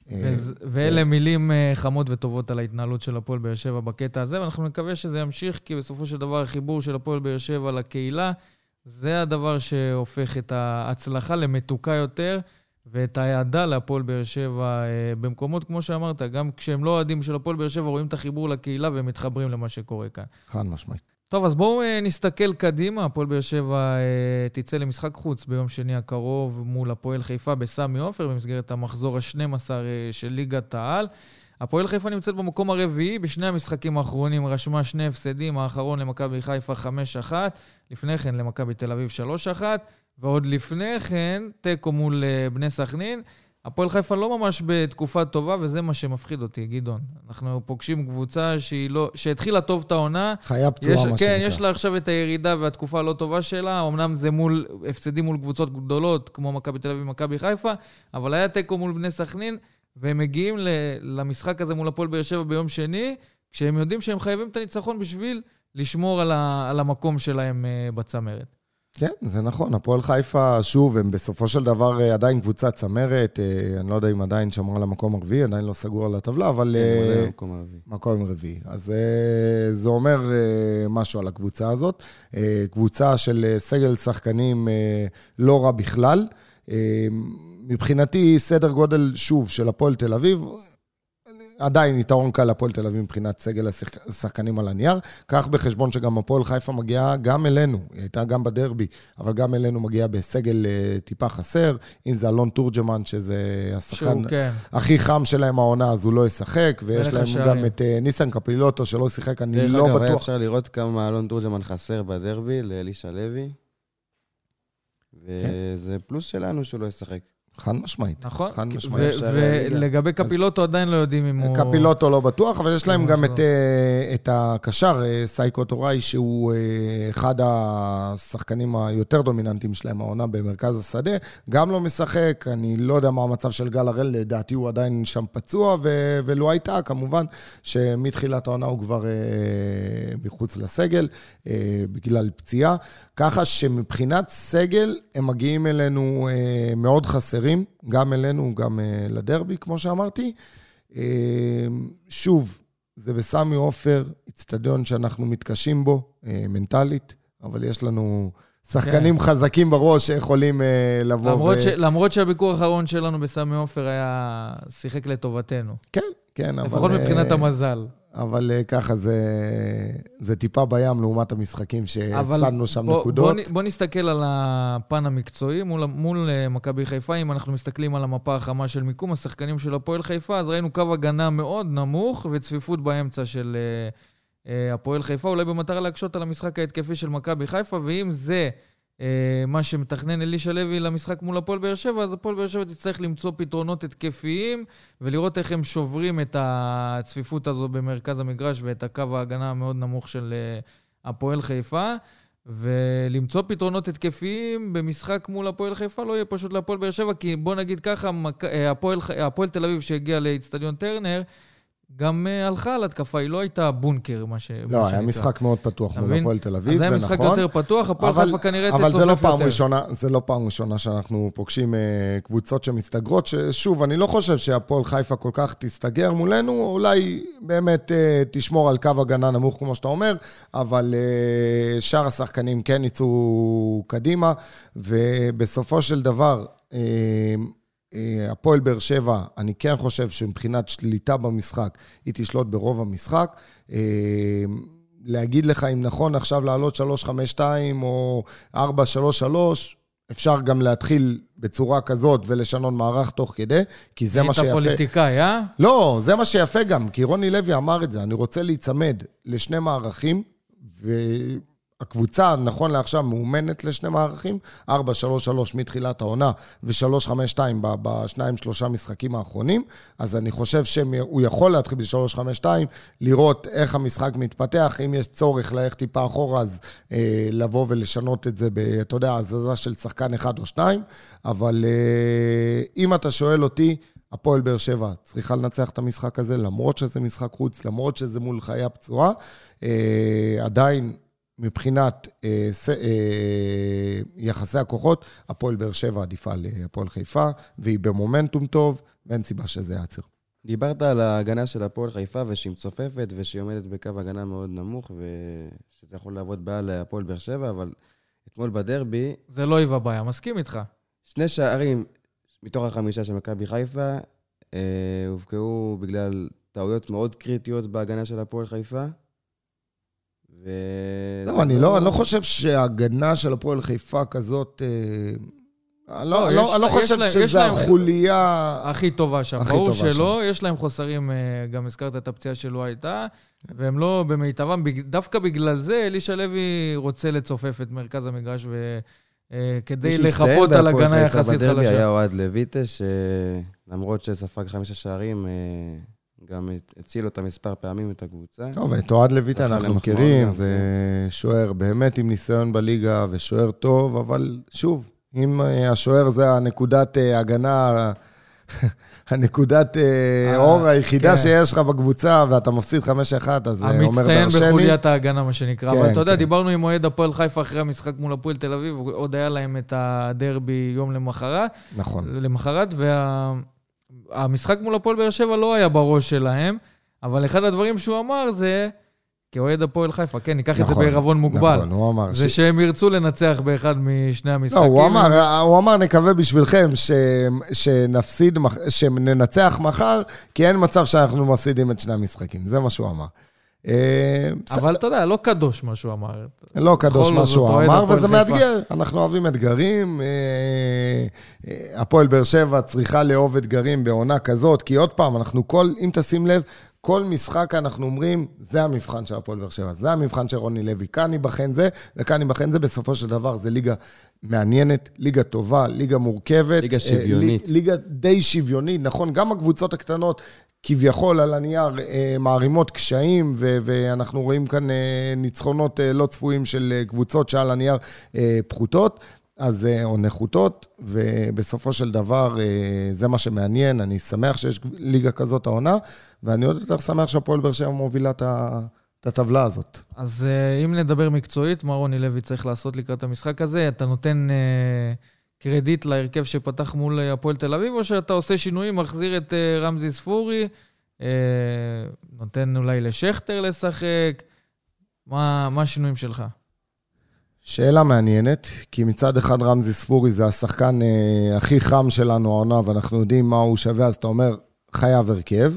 ואלה מילים חמות וטובות על ההתנהלות של הפועל באר שבע בקטע הזה, ואנחנו מקווה שזה ימשיך, כי בסופו של דבר החיבור של הפועל באר שבע לקהילה, זה הדבר שהופך את ההצלחה למתוקה יותר, ואת היעדה להפועל באר שבע במקומות, כמו שאמרת, גם כשהם לא אוהדים של הפועל באר שבע, רואים את החיבור לקהילה ומתחברים למה שקורה כאן. חד משמעית. טוב, אז בואו נסתכל קדימה. הפועל באר שבע תצא למשחק חוץ ביום שני הקרוב מול הפועל חיפה בסמי עופר, במסגרת המחזור ה-שנים עשר של ליגת העל. הפועל חיפה נמצאת במקום הרביעי, בשני המשחקים האחרונים רשמה שני הפסדים, האחרון למכבי חיפה חמש אחת, לפני כן למכבי תל אביב שלוש אחת, ועוד לפני כן, תיקו מול בני סכנין. הפועל חיפה לא ממש בתקופה טובה, וזה מה שמפחיד אותי, גדעון. אנחנו פוגשים קבוצה שהיא לא, שהתחילה טוב את העונה. חיה פצועה מה שנקרא. כן, יש לה עכשיו את הירידה והתקופה הלא טובה שלה, אמנם זה מול, הפסדים מול קבוצות גדולות, כמו מכבי תל אביב ומכבי חיפה, אבל היה תיקו מול בני סכנין, והם מגיעים למשחק הזה מול הפועל באר שבע ביום שני, כשהם יודעים שהם חייבים את הניצחון בשביל לשמור על, ה, על המקום שלהם בצמרת. כן, זה נכון. הפועל חיפה, שוב, הם בסופו של דבר עדיין קבוצה צמרת, אני לא יודע אם עדיין שמרה על המקום הרביעי, עדיין לא סגור על הטבלה, אבל... כן, מקום הרביעי. מקום הרביעי. אז זה אומר משהו על הקבוצה הזאת. קבוצה של סגל שחקנים לא רע בכלל. מבחינתי, סדר גודל, שוב, של הפועל תל אביב, עדיין יתרון קל לפועל תל אביב מבחינת סגל השחקנים על הנייר, כך בחשבון שגם הפועל חיפה מגיעה גם אלינו, היא הייתה גם בדרבי, אבל גם אלינו מגיעה בסגל טיפה חסר, אם זה אלון תורג'מן, שזה השחקן כן. הכי חם שלהם העונה, אז הוא לא ישחק, ויש להם השארים. גם את ניסן קפילוטו שלא ישחק, אני לא אגב, בטוח. היה אפשר לראות כמה אלון תורג'מן חסר בדרבי, לאלישע לוי, וזה כן. פלוס שלנו שהוא לא ישחק. חד משמעית. נכון. ולגבי קפילוטו עדיין לא יודעים אם הוא... קפילוטו לא בטוח, אבל יש להם גם את הקשר, סייקו טוראי, שהוא אחד השחקנים היותר דומיננטיים שלהם, העונה במרכז השדה, גם לא משחק, אני לא יודע מה המצב של גל הראל, לדעתי הוא עדיין שם פצוע, ולא הייתה, כמובן, שמתחילת העונה הוא כבר מחוץ לסגל, בגלל פציעה, ככה שמבחינת סגל, הם מגיעים אלינו מאוד חסרים, גם אלינו, גם לדרבי, כמו שאמרתי. שוב, זה בסמי עופר, אצטדיון שאנחנו מתקשים בו, מנטלית, אבל יש לנו שחקנים כן. חזקים בראש שיכולים לבוא. למרות, ו... ש... למרות שהביקור האחרון שלנו בסמי עופר היה שיחק לטובתנו. כן, כן. לפחות אבל... מבחינת המזל. אבל ככה זה, זה טיפה בים לעומת המשחקים שהפסדנו שם בוא, נקודות. בוא, בוא נסתכל על הפן המקצועי מול, מול מכבי חיפה. אם אנחנו מסתכלים על המפה החמה של מיקום השחקנים של הפועל חיפה, אז ראינו קו הגנה מאוד נמוך וצפיפות באמצע של uh, הפועל חיפה, אולי במטרה להקשות על המשחק ההתקפי של מכבי חיפה, ואם זה uh, מה שמתכנן אלישע לוי למשחק מול הפועל באר שבע, אז הפועל באר שבע תצטרך למצוא פתרונות התקפיים, ולראות איך הם שוברים את הצפיפות הזו במרכז המגרש, ואת הקו ההגנה המאוד נמוך של uh, הפועל חיפה, ולמצוא פתרונות התקפיים במשחק מול הפועל חיפה, לא יהיה פשוט להפועל באר שבע, כי בוא נגיד ככה, הפועל, הפועל תל אביב שהגיע לאצטדיון טרנר, גם הלכה על התקפה, היא לא הייתה בונקר, מה ש... לא, היה משחק מאוד פתוח מול הפועל תל אביב, זה נכון. אז זה משחק יותר פתוח, הפועל חיפה כנראה תצופף יותר. אבל זה לא פעם ראשונה, זה לא פעם ראשונה שאנחנו פוגשים קבוצות שמסתגרות, ששוב, אני לא חושב שהפועל חיפה כל כך תסתגר מולנו, אולי באמת תשמור על קו הגנה נמוך, כמו שאתה אומר, אבל שאר השחקנים כן יצאו קדימה, ובסופו של דבר, הפועל באר שבע, אני כן חושב שמבחינת שליטה במשחק, היא תשלוט ברוב המשחק. להגיד לך אם נכון עכשיו לעלות שלוש חמש שתיים או ארבע שלוש שלוש, אפשר גם להתחיל בצורה כזאת ולשנות מערך תוך כדי, כי זה מה שיפה. היית פוליטיקאי, אה? לא, זה מה שיפה גם, כי רוני לוי אמר את זה, אני רוצה להיצמד לשני מערכים, ו... הקבוצה, נכון לעכשיו, מאומנת לשני מערכים, ארבע שלוש שלוש מתחילת העונה, ו-שלוש חמש שתיים בשניים שלושה משחקים האחרונים, אז אני חושב שהוא יכול להתחיל ב-שלוש חמש שתיים, לראות איך המשחק מתפתח, אם יש צורך ללכת טיפה אחורה, אז אה, לבוא ולשנות את זה, אתה יודע, הזזה של שחקן אחד או שניים, אבל אה, אם אתה שואל אותי, הפועל באר שבע צריכה לנצח את המשחק הזה, למרות שזה משחק חוץ, למרות שזה מול חיה פצועה, אה, עדיין, מבחינת אה, ס, אה, יחסי הכוחות, הפועל באר שבע עדיפה להפועל חיפה, והיא במומנטום טוב, ואין סיבה שזה יעצר. דיברת על ההגנה של הפועל חיפה, ושהיא מצופפת, ושהיא עומדת בקו הגנה מאוד נמוך, ושזה יכול לעבוד בעיה להפועל באר שבע, אבל אתמול בדרבי... זה לא היווה בעיה, מסכים איתך. שני שערים מתוך החמישה של מכבי חיפה, אה, הובקעו בגלל טעויות מאוד קריטיות בהגנה של הפועל חיפה, ו... לא, אני לא, אני לא חושב שההגנה של הפועל חיפה כזאת, אני לא, לא, אני לא חושב שזה החוליה הכי טובה שם. ברור שלא, יש להם חוסרים, גם הזכרת את הפציעה שלו הייתה, והם לא במיטבם, דווקא בגלל זה אלישע לוי רוצה לצופף את מרכז המגרש, וכדי לחפות על הגנה יחסית חלשה. היה אוהד לויטה, שלמרות שספג חמישה שערים, גם הציל אותה מספר פעמים את הקבוצה. טוב, את אוהד לויטה אנחנו מכירים, זה שוער באמת עם ניסיון בליגה ושוער טוב, אבל שוב, אם השוער זה הנקודת הגנה, הנקודת אור היחידה שיש לך בקבוצה, ואתה מפסיד חמש אחת, אז אומר דרשני. המצטיין בחוליית ההגנה, מה שנקרא. אבל אתה יודע, דיברנו עם אוהד הפועל חיפה אחרי המשחק מול הפועל תל אביב, עוד היה להם את הדרבי יום למחרת. נכון. למחרת, וה... המשחק מול הפועל באר שבע לא היה בראש שלהם, אבל אחד הדברים שהוא אמר זה, כאוהד הפועל חיפה, כן, ניקח נכון, את זה בערבון מוגבל. נכון, הוא אמר. זה ש... שהם ירצו לנצח באחד משני המשחקים. לא, הוא אמר, הוא אמר, נקווה בשבילכם ש... שנפסיד, שננצח מחר, כי אין מצב שאנחנו מפסידים את שני המשחקים. זה מה שהוא אמר. אבל אתה יודע, לא קדוש מה שהוא אמר. לא קדוש מה שהוא אמר, וזה מאתגר. אנחנו אוהבים אתגרים. הפועל באר שבע צריכה לאהוב אתגרים בעונה כזאת, כי עוד פעם, אנחנו כל, אם תשים לב, כל משחק אנחנו אומרים, זה המבחן של הפועל באר שבע, זה המבחן של רוני לוי, כאן יבחן זה, וכאן יבחן זה, בסופו של דבר זה ליגה מעניינת, ליגה טובה, ליגה מורכבת. ליגה שוויונית. ליגה די שוויונית, נכון? גם הקבוצות הקטנות, כביכול על הנייר מערימות קשיים, ואנחנו רואים כאן ניצחונות לא צפויים של קבוצות שעל הנייר פחותות, אז או נחותות, ובסופו של דבר זה מה שמעניין, אני שמח שיש ליגה כזאת העונה, ואני עוד יותר שמח שהפועל באר שבע מובילה את הטבלה הזאת. אז אם נדבר מקצועית, מה רוני לוי צריך לעשות לקראת המשחק הזה? אתה נותן קרדיט להרכב שפתח מול הפועל תל אביב, או שאתה עושה שינויים, מחזיר את רמזי ספורי, נותן אולי לשכטר לשחק, מה, מה השינויים שלך? שאלה מעניינת, כי מצד אחד רמזי ספורי זה השחקן אה, הכי חם שלנו העונה, ואנחנו יודעים מה הוא שווה, אז אתה אומר, חייב הרכב.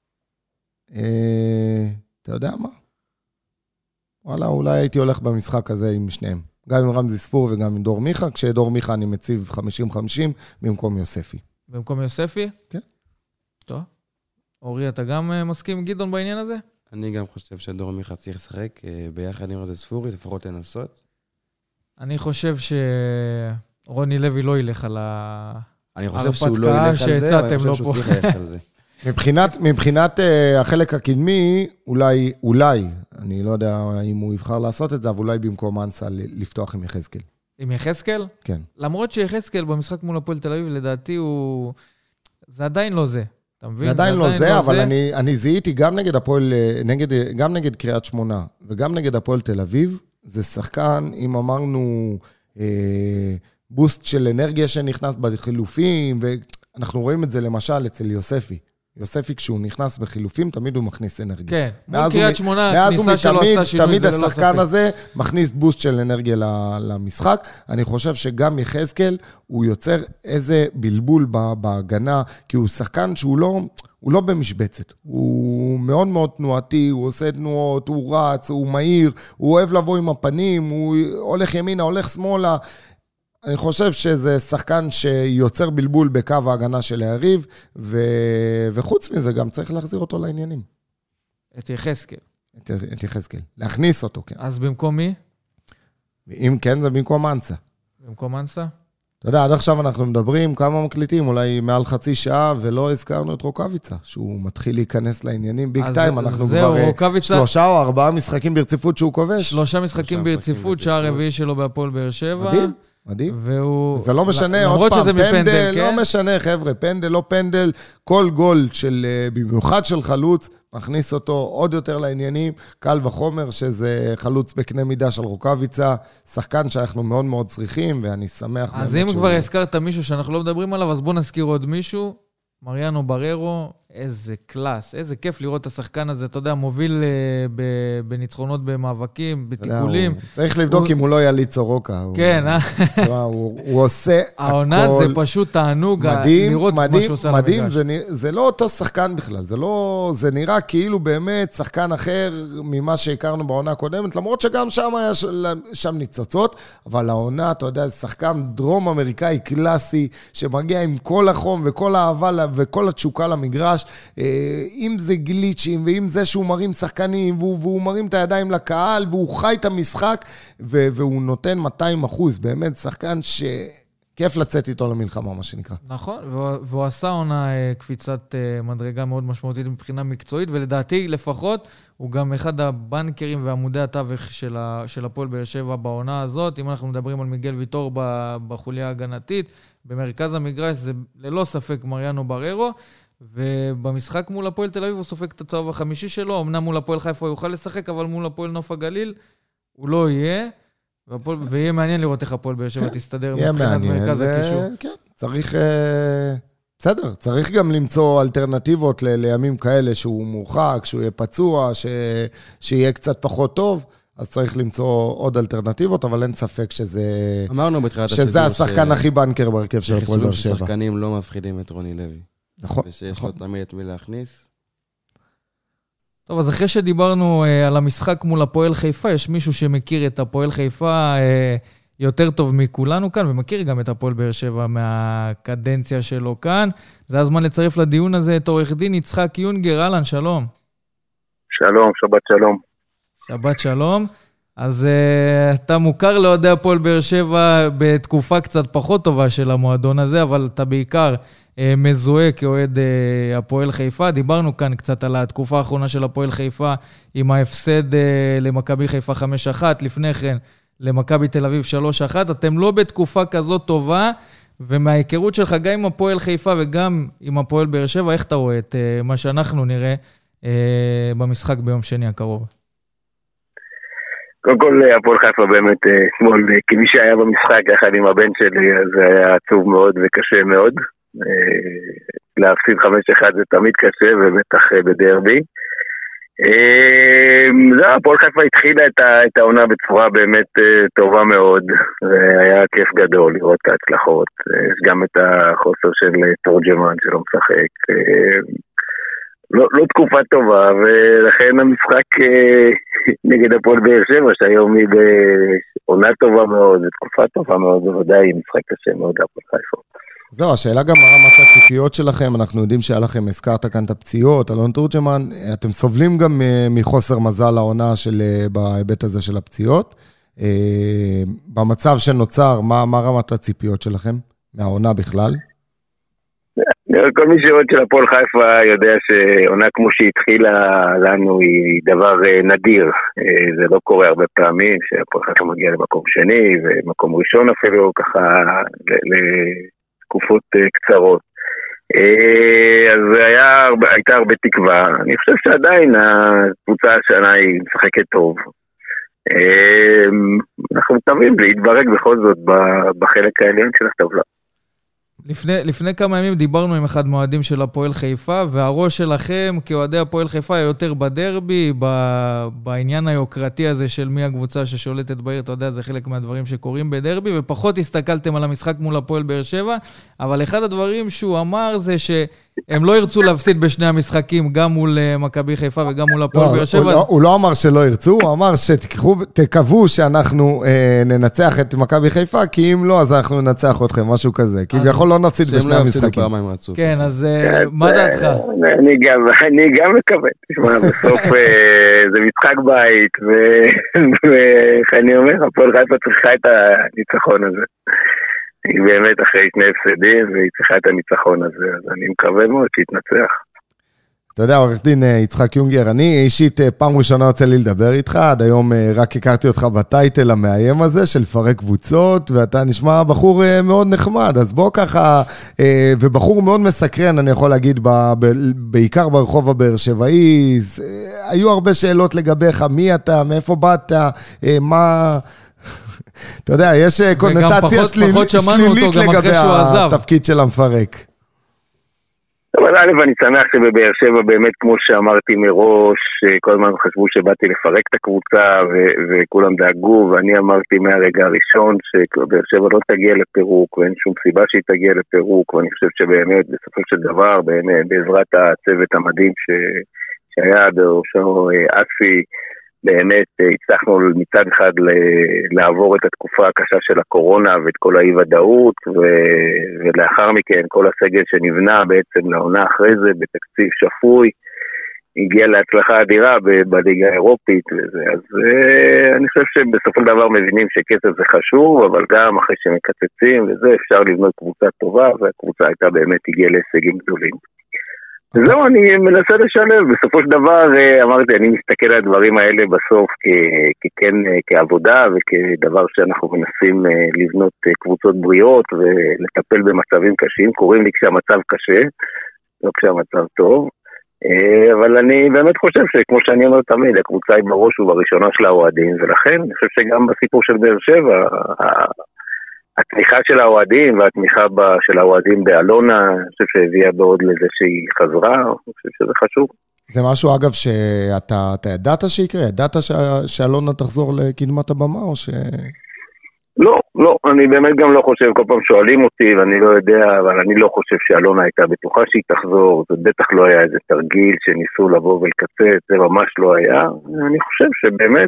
אה, אתה יודע מה? וואלה, אולי הייתי הולך במשחק הזה עם שניהם. גם עם רמזי ספורי וגם עם דור מיכה, כשדור מיכה אני מציב חמישים חמישים במקום יוספי. במקום יוספי? כן. טוב. אורי, אתה גם מסכים עם גדעון בעניין הזה? אני גם חושב שדור מיכה צריך לשחק ביחד עם רמזי ספורי, לפחות לנסות. אני חושב שרוני לוי לא ילך על ה... אני חושב שהוא לא ילך על זה, אבל אני חושב שהוא צריך ללכת על זה. מבחינת, מבחינת uh, החלק הקדמי, אולי, אולי, אני לא יודע אם הוא יבחר לעשות את זה, אבל אולי במקום אנסה לפתוח עם יחזקאל. עם יחזקאל? כן. למרות שיחזקאל במשחק מול הפועל תל אביב, לדעתי הוא... זה עדיין לא זה. אתה מבין? זה עדיין לא זה, אבל אני, אני זיהיתי גם נגד הפועל, נגד, גם נגד קריית שמונה, וגם נגד הפועל תל אביב, זה שחקן, אם אמרנו, אה, בוסט של אנרגיה שנכנס בחילופים, ואנחנו רואים את זה למשל אצל יוספי. יוספי, כשהוא נכנס בחילופים, תמיד הוא מכניס אנרגיה. כן, מול קריית שמונה, הכניסה שלו עשתה שינוי, תמיד השחקן הזה מכניס בוסט של אנרגיה למשחק. אני חושב שגם יחזקאל, הוא יוצר איזה בלבול בהגנה, כי הוא שחקן שהוא לא, הוא לא במשבצת. הוא מאוד מאוד תנועתי, הוא עושה תנועות, הוא רץ, הוא מהיר, הוא אוהב לבוא עם הפנים, הוא הולך ימינה, הולך שמאלה. אני חושב שזה שחקן שיוצר בלבול בקו ההגנה של היריב, ו... וחוץ מזה גם צריך להחזיר אותו לעניינים. את יחזקאל. את, את יחזקאל. להכניס אותו, כן. אז במקום מי? אם כן, זה במקום מנסה. במקום מנסה? אתה יודע, עד עכשיו אנחנו מדברים כמה מקליטים, אולי מעל חצי שעה, ולא הזכרנו את רוקביצה, שהוא מתחיל להיכנס לעניינים ביג טיים, אנחנו כבר רוקביצה... שלושה או ארבעה משחקים ברציפות שהוא כובש. שלושה משחקים ברציפות, שער רביעי שלו בהפועל באר שבע. מדהים. מדהים. והוא... זה לא משנה, עוד פעם, פנדל, מפנדל, כן? לא משנה, חבר'ה, פנדל, לא פנדל, כל גול של, במיוחד של חלוץ, מכניס אותו עוד יותר לעניינים, קל וחומר שזה חלוץ בקנה מידה של רוקביצה, שחקן שאנחנו מאוד מאוד צריכים, ואני שמח... אז אם כבר הזכרת מישהו שאנחנו לא מדברים עליו, אז בוא נזכיר עוד מישהו, מריאנו בררו, איזה קלאס, איזה כיף לראות את השחקן הזה, אתה יודע, מוביל בניצחונות במאבקים, בתיקולים. צריך לבדוק אם הוא לא יליד סורוקה. כן, אה? הוא עושה הכל. העונה זה פשוט תענוג לראות מה שהוא עושה למגרש. מדהים, זה לא אותו שחקן בכלל, זה נראה כאילו באמת שחקן אחר ממה שהכרנו בעונה הקודמת, למרות שגם שם היה שם ניצוצות, אבל העונה, אתה יודע, זה שחקן דרום אמריקאי קלאסי, שמגיע עם כל החום וכל האהבה וכל התשוקה למגרש, אם זה גליצ'ים, ואם זה שהוא מרים שחקנים, והוא, והוא מרים את הידיים לקהל, והוא חי את המשחק, והוא נותן מאתיים אחוז, באמת שחקן שכיף לצאת איתו למלחמה, מה שנקרא. נכון, והוא עשה עונה קפיצת מדרגה מאוד משמעותית מבחינה מקצועית, ולדעתי לפחות, הוא גם אחד הבנקרים ועמודי התווך של, של הפועל באר שבע בעונה הזאת. אם אנחנו מדברים על מיגל ויטור בחוליה ההגנתית, במרכז המגרש זה ללא ספק מריאנו בררו, ובמשחק מול הפועל תל אביב הוא סופק את הצהוב החמישי שלו, אמנם מול הפועל חיפה הוא יוכל לשחק, אבל מול הפועל נוף הגליל הוא לא יהיה, והפועל, ויהיה מעניין לראות איך הפועל באר שבע תסתדר מבחינת מרכז הקישור. כן, צריך, בסדר, צריך גם למצוא אלטרנטיבות לימים כאלה שהוא מורחק, שהוא יהיה פצוע, שיהיה קצת פחות טוב, אז צריך למצוא עוד אלטרנטיבות, אבל אין ספק שזה... אמרנו בתחילת השידור שזה השחקן הכי בנקר בהרכב של הפועל באר שבע. שחיסולים של שחקנים לא מפחידים את רוני לוי. נכון. ושיש לו תמיד את מי להכניס. טוב, אז אחרי שדיברנו אה, על המשחק מול הפועל חיפה, יש מישהו שמכיר את הפועל חיפה אה, יותר טוב מכולנו כאן, ומכיר גם את הפועל באר שבע מהקדנציה שלו כאן. זה הזמן לצרף לדיון הזה את עורך דין יצחק יונגר. אהלן, שלום. שלום, שבת שלום. שבת שלום. אז uh, אתה מוכר לאוהדי הפועל באר שבע בתקופה קצת פחות טובה של המועדון הזה, אבל אתה בעיקר uh, מזוהה כאוהד uh, הפועל חיפה. דיברנו כאן קצת על התקופה האחרונה של הפועל חיפה עם ההפסד uh, למכבי חיפה חמש אחת, לפני כן למכבי תל אביב שלוש אחת. אתם לא בתקופה כזאת טובה, ומההיכרות שלך גם עם הפועל חיפה וגם עם הפועל באר שבע, איך אתה רואה את uh, מה שאנחנו נראה uh, במשחק ביום שני הקרוב? קודם כל, הפועל חיפה באמת שמאל, כמי שהיה במשחק יחד עם הבן שלי, אז זה היה עצוב מאוד וקשה מאוד. להפסיד חמש אחד זה תמיד קשה, ובטח בדרבי. זה, הפועל חיפה התחילה את העונה בצורה באמת טובה מאוד, והיה כיף גדול לראות את ההצלחות. יש גם את החוסר של תורג'מן שלא משחק. לא, לא תקופה טובה, ולכן המשחק נגד הפועל באר שבע, שהיום היא בעונה טובה מאוד, ותקופה טובה מאוד, בוודאי היא משחק קשה מאוד להפועל חיפה. זהו, השאלה גם מה רמת הציפיות שלכם, אנחנו יודעים שהיה לכם, הזכרת כאן את הפציעות, אלון תורג'מן, אתם סובלים גם מחוסר מזל העונה של, בהיבט הזה של הפציעות. במצב שנוצר, מה, מה רמת הציפיות שלכם מהעונה בכלל? כל מי שאוהד של הפועל חיפה יודע שעונה כמו שהתחילה לנו היא דבר נדיר. זה לא קורה הרבה פעמים שהפועל חיפה מגיע למקום שני ומקום ראשון אפילו ככה לתקופות קצרות. אז זה היה הרבה, הייתה הרבה תקווה. אני חושב שעדיין הקבוצה השנה היא משחקת טוב. אנחנו מקווים להתברג בכל זאת בחלק העליון של הטבלה. לפני, לפני כמה ימים דיברנו עם אחד מועדים של הפועל חיפה, והראש שלכם כאוהדי הפועל חיפה היה יותר בדרבי, בעניין היוקרתי הזה של מי הקבוצה ששולטת בעיר, אתה יודע, זה חלק מהדברים שקורים בדרבי, ופחות הסתכלתם על המשחק מול הפועל באר שבע, אבל אחד הדברים שהוא אמר זה שהם לא ירצו להפסיד בשני המשחקים, גם מול מכבי חיפה וגם מול הפועל באר שבע. הוא לא, הוא לא אמר שלא ירצו, הוא אמר שתקוו שאנחנו אה, ננצח את מכבי חיפה, כי אם לא, אז אנחנו ננצח אתכם, משהו כזה. כי יכול לא נפסיד בשני המשחקים. כן, אז מה דעתך? אני גם מקווה. תשמע, בסוף זה משחק בית, ואיך אני אומר, הפועל חיפה צריכה את הניצחון הזה. היא באמת אחרי שני הפסדים, והיא צריכה את הניצחון הזה, אז אני מקווה מאוד שיתנצח. אתה יודע, עורך דין יצחק יונגר, אני אישית פעם ראשונה רוצה לי לדבר איתך, עד היום רק הכרתי אותך בטייטל המאיים הזה של לפרק קבוצות, ואתה נשמע בחור מאוד נחמד, אז בוא ככה, ובחור מאוד מסקרן, אני יכול להגיד, בעיקר ברחוב הבאר שבעי, היו הרבה שאלות לגביך, מי אתה, מאיפה באת, מה... אתה יודע, יש קונוטציה שלילית לגבי התפקיד של המפרק. אבל א', אני שמח שבבאר שבע באמת, כמו שאמרתי מראש, כל הזמן חשבו שבאתי לפרק את הקבוצה ו- וכולם דאגו, ואני אמרתי מהרגע הראשון שבאר שבע לא תגיע לפירוק, ואין שום סיבה שהיא תגיע לפירוק, ואני חושב שבאמת בסופו של דבר, באמת, בעזרת הצוות המדהים ש- שהיה בראשו אסי, באמת הצלחנו מצד אחד לעבור את התקופה הקשה של הקורונה ואת כל האי-ודאות, ו- ולאחר מכן כל הסגל שנבנה בעצם לעונה אחרי זה בתקציב שפוי, הגיע להצלחה אדירה ב- בליגה האירופית וזה. אז uh, אני חושב שבסופו של דבר מבינים שכסף זה חשוב, אבל גם אחרי שמקצצים וזה אפשר לבנות קבוצה טובה, והקבוצה הייתה באמת הגיעה להישגים גדולים. זהו, אני מנסה לשלב, בסופו של דבר אמרתי, אני מסתכל על הדברים האלה בסוף ככן, כעבודה וכדבר שאנחנו מנסים לבנות קבוצות בריאות ולטפל במצבים קשים, קוראים לי כשהמצב קשה, לא כשהמצב טוב, אבל אני באמת חושב שכמו שאני אומר תמיד, הקבוצה היא בראש ובראשונה של האוהדים, ולכן אני חושב שגם בסיפור של באר שבע, התמיכה של האוהדים והתמיכה של האוהדים באלונה, אני חושב שהביאה בעוד לזה שהיא חזרה, אני חושב שזה חשוב. זה משהו אגב שאתה ידעת שיקרה? ידעת שאלונה תחזור לקדמת הבמה או ש... לא, לא, אני באמת גם לא חושב, כל פעם שואלים אותי ואני לא יודע, אבל אני לא חושב שאלונה הייתה בטוחה שהיא תחזור, זה בטח לא היה איזה תרגיל שניסו לבוא ולקצץ, זה ממש לא היה. אני חושב שבאמת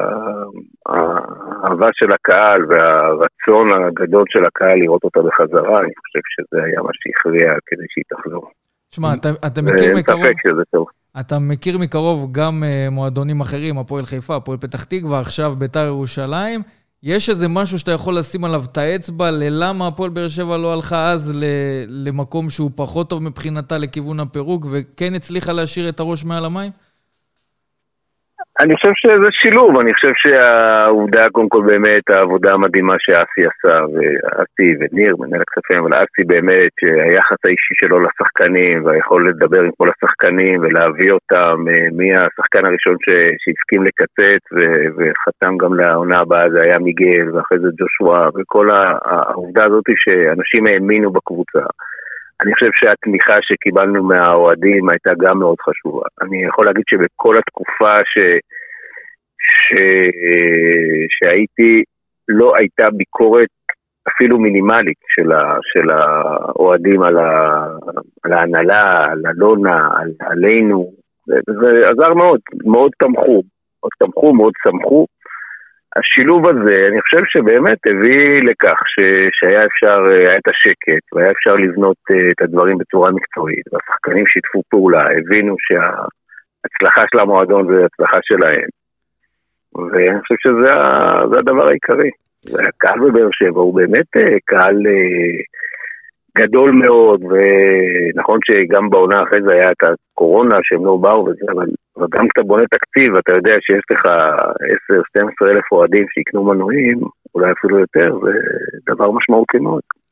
האהבה של הקהל והרצון הגדול של הקהל לראות אותה בחזרה, אני חושב שזה היה מה שהכריע כדי שהיא תחזור. תשמע, אתה, אתה מכיר מקרוב, אתה מכיר מקרוב גם מועדונים אחרים, הפועל חיפה, הפועל פתח תקווה, עכשיו בית"ר ירושלים, יש איזה משהו שאתה יכול לשים עליו את האצבע, ללמה הפועל באר שבע לא הלכה אז למקום שהוא פחות טוב מבחינתה לכיוון הפירוק, וכן הצליחה להשאיר את הראש מעל המים? אני חושב שזה שילוב, אני חושב שהעובדה, קודם כל באמת, העבודה המדהימה שאסי עשה, ואסי וניר, מנהל הכספים, אבל אסי באמת, היחס האישי שלו לשחקנים, והיכול לדבר עם כל השחקנים, ולהביא אותם, מהשחקן הראשון שהסכים לקצץ, וחתם גם לעונה הבאה, זה היה מיגל, ואחרי זה ג'ושוע, וכל העובדה הזאת שאנשים האמינו בקבוצה. אני חושב שהתמיכה שקיבלנו מהאוהדים הייתה גם מאוד חשובה. אני יכול להגיד שבכל התקופה ש... ש... שהייתי, לא הייתה ביקורת אפילו מינימלית של, ה... של האוהדים על, ה... על ההנהלה, על אלונה, על... עלינו. זה עזר מאוד, מאוד תמכו, מאוד תמכו, מאוד שמחו. השילוב הזה, אני חושב שבאמת הביא לכך ש... שהיה אפשר, היה את השקט, והיה אפשר לבנות את הדברים בצורה מקצועית, והשחקנים שיתפו פעולה, הבינו שההצלחה של המועדון זה הצלחה שלהם. ואני חושב שזה הדבר העיקרי. והקהל בבאר שבע הוא באמת קהל גדול מאוד, ונכון שגם בעונה אחרי זה היה את הקורונה שהם לא באו וזה, אבל, אבל גם כשאתה בונה תקציב, אתה יודע שיש לך עשר שתים עשרה אלף אוהדים שיקנו מנויים, אולי אפילו יותר, זה דבר משמעותי מאוד.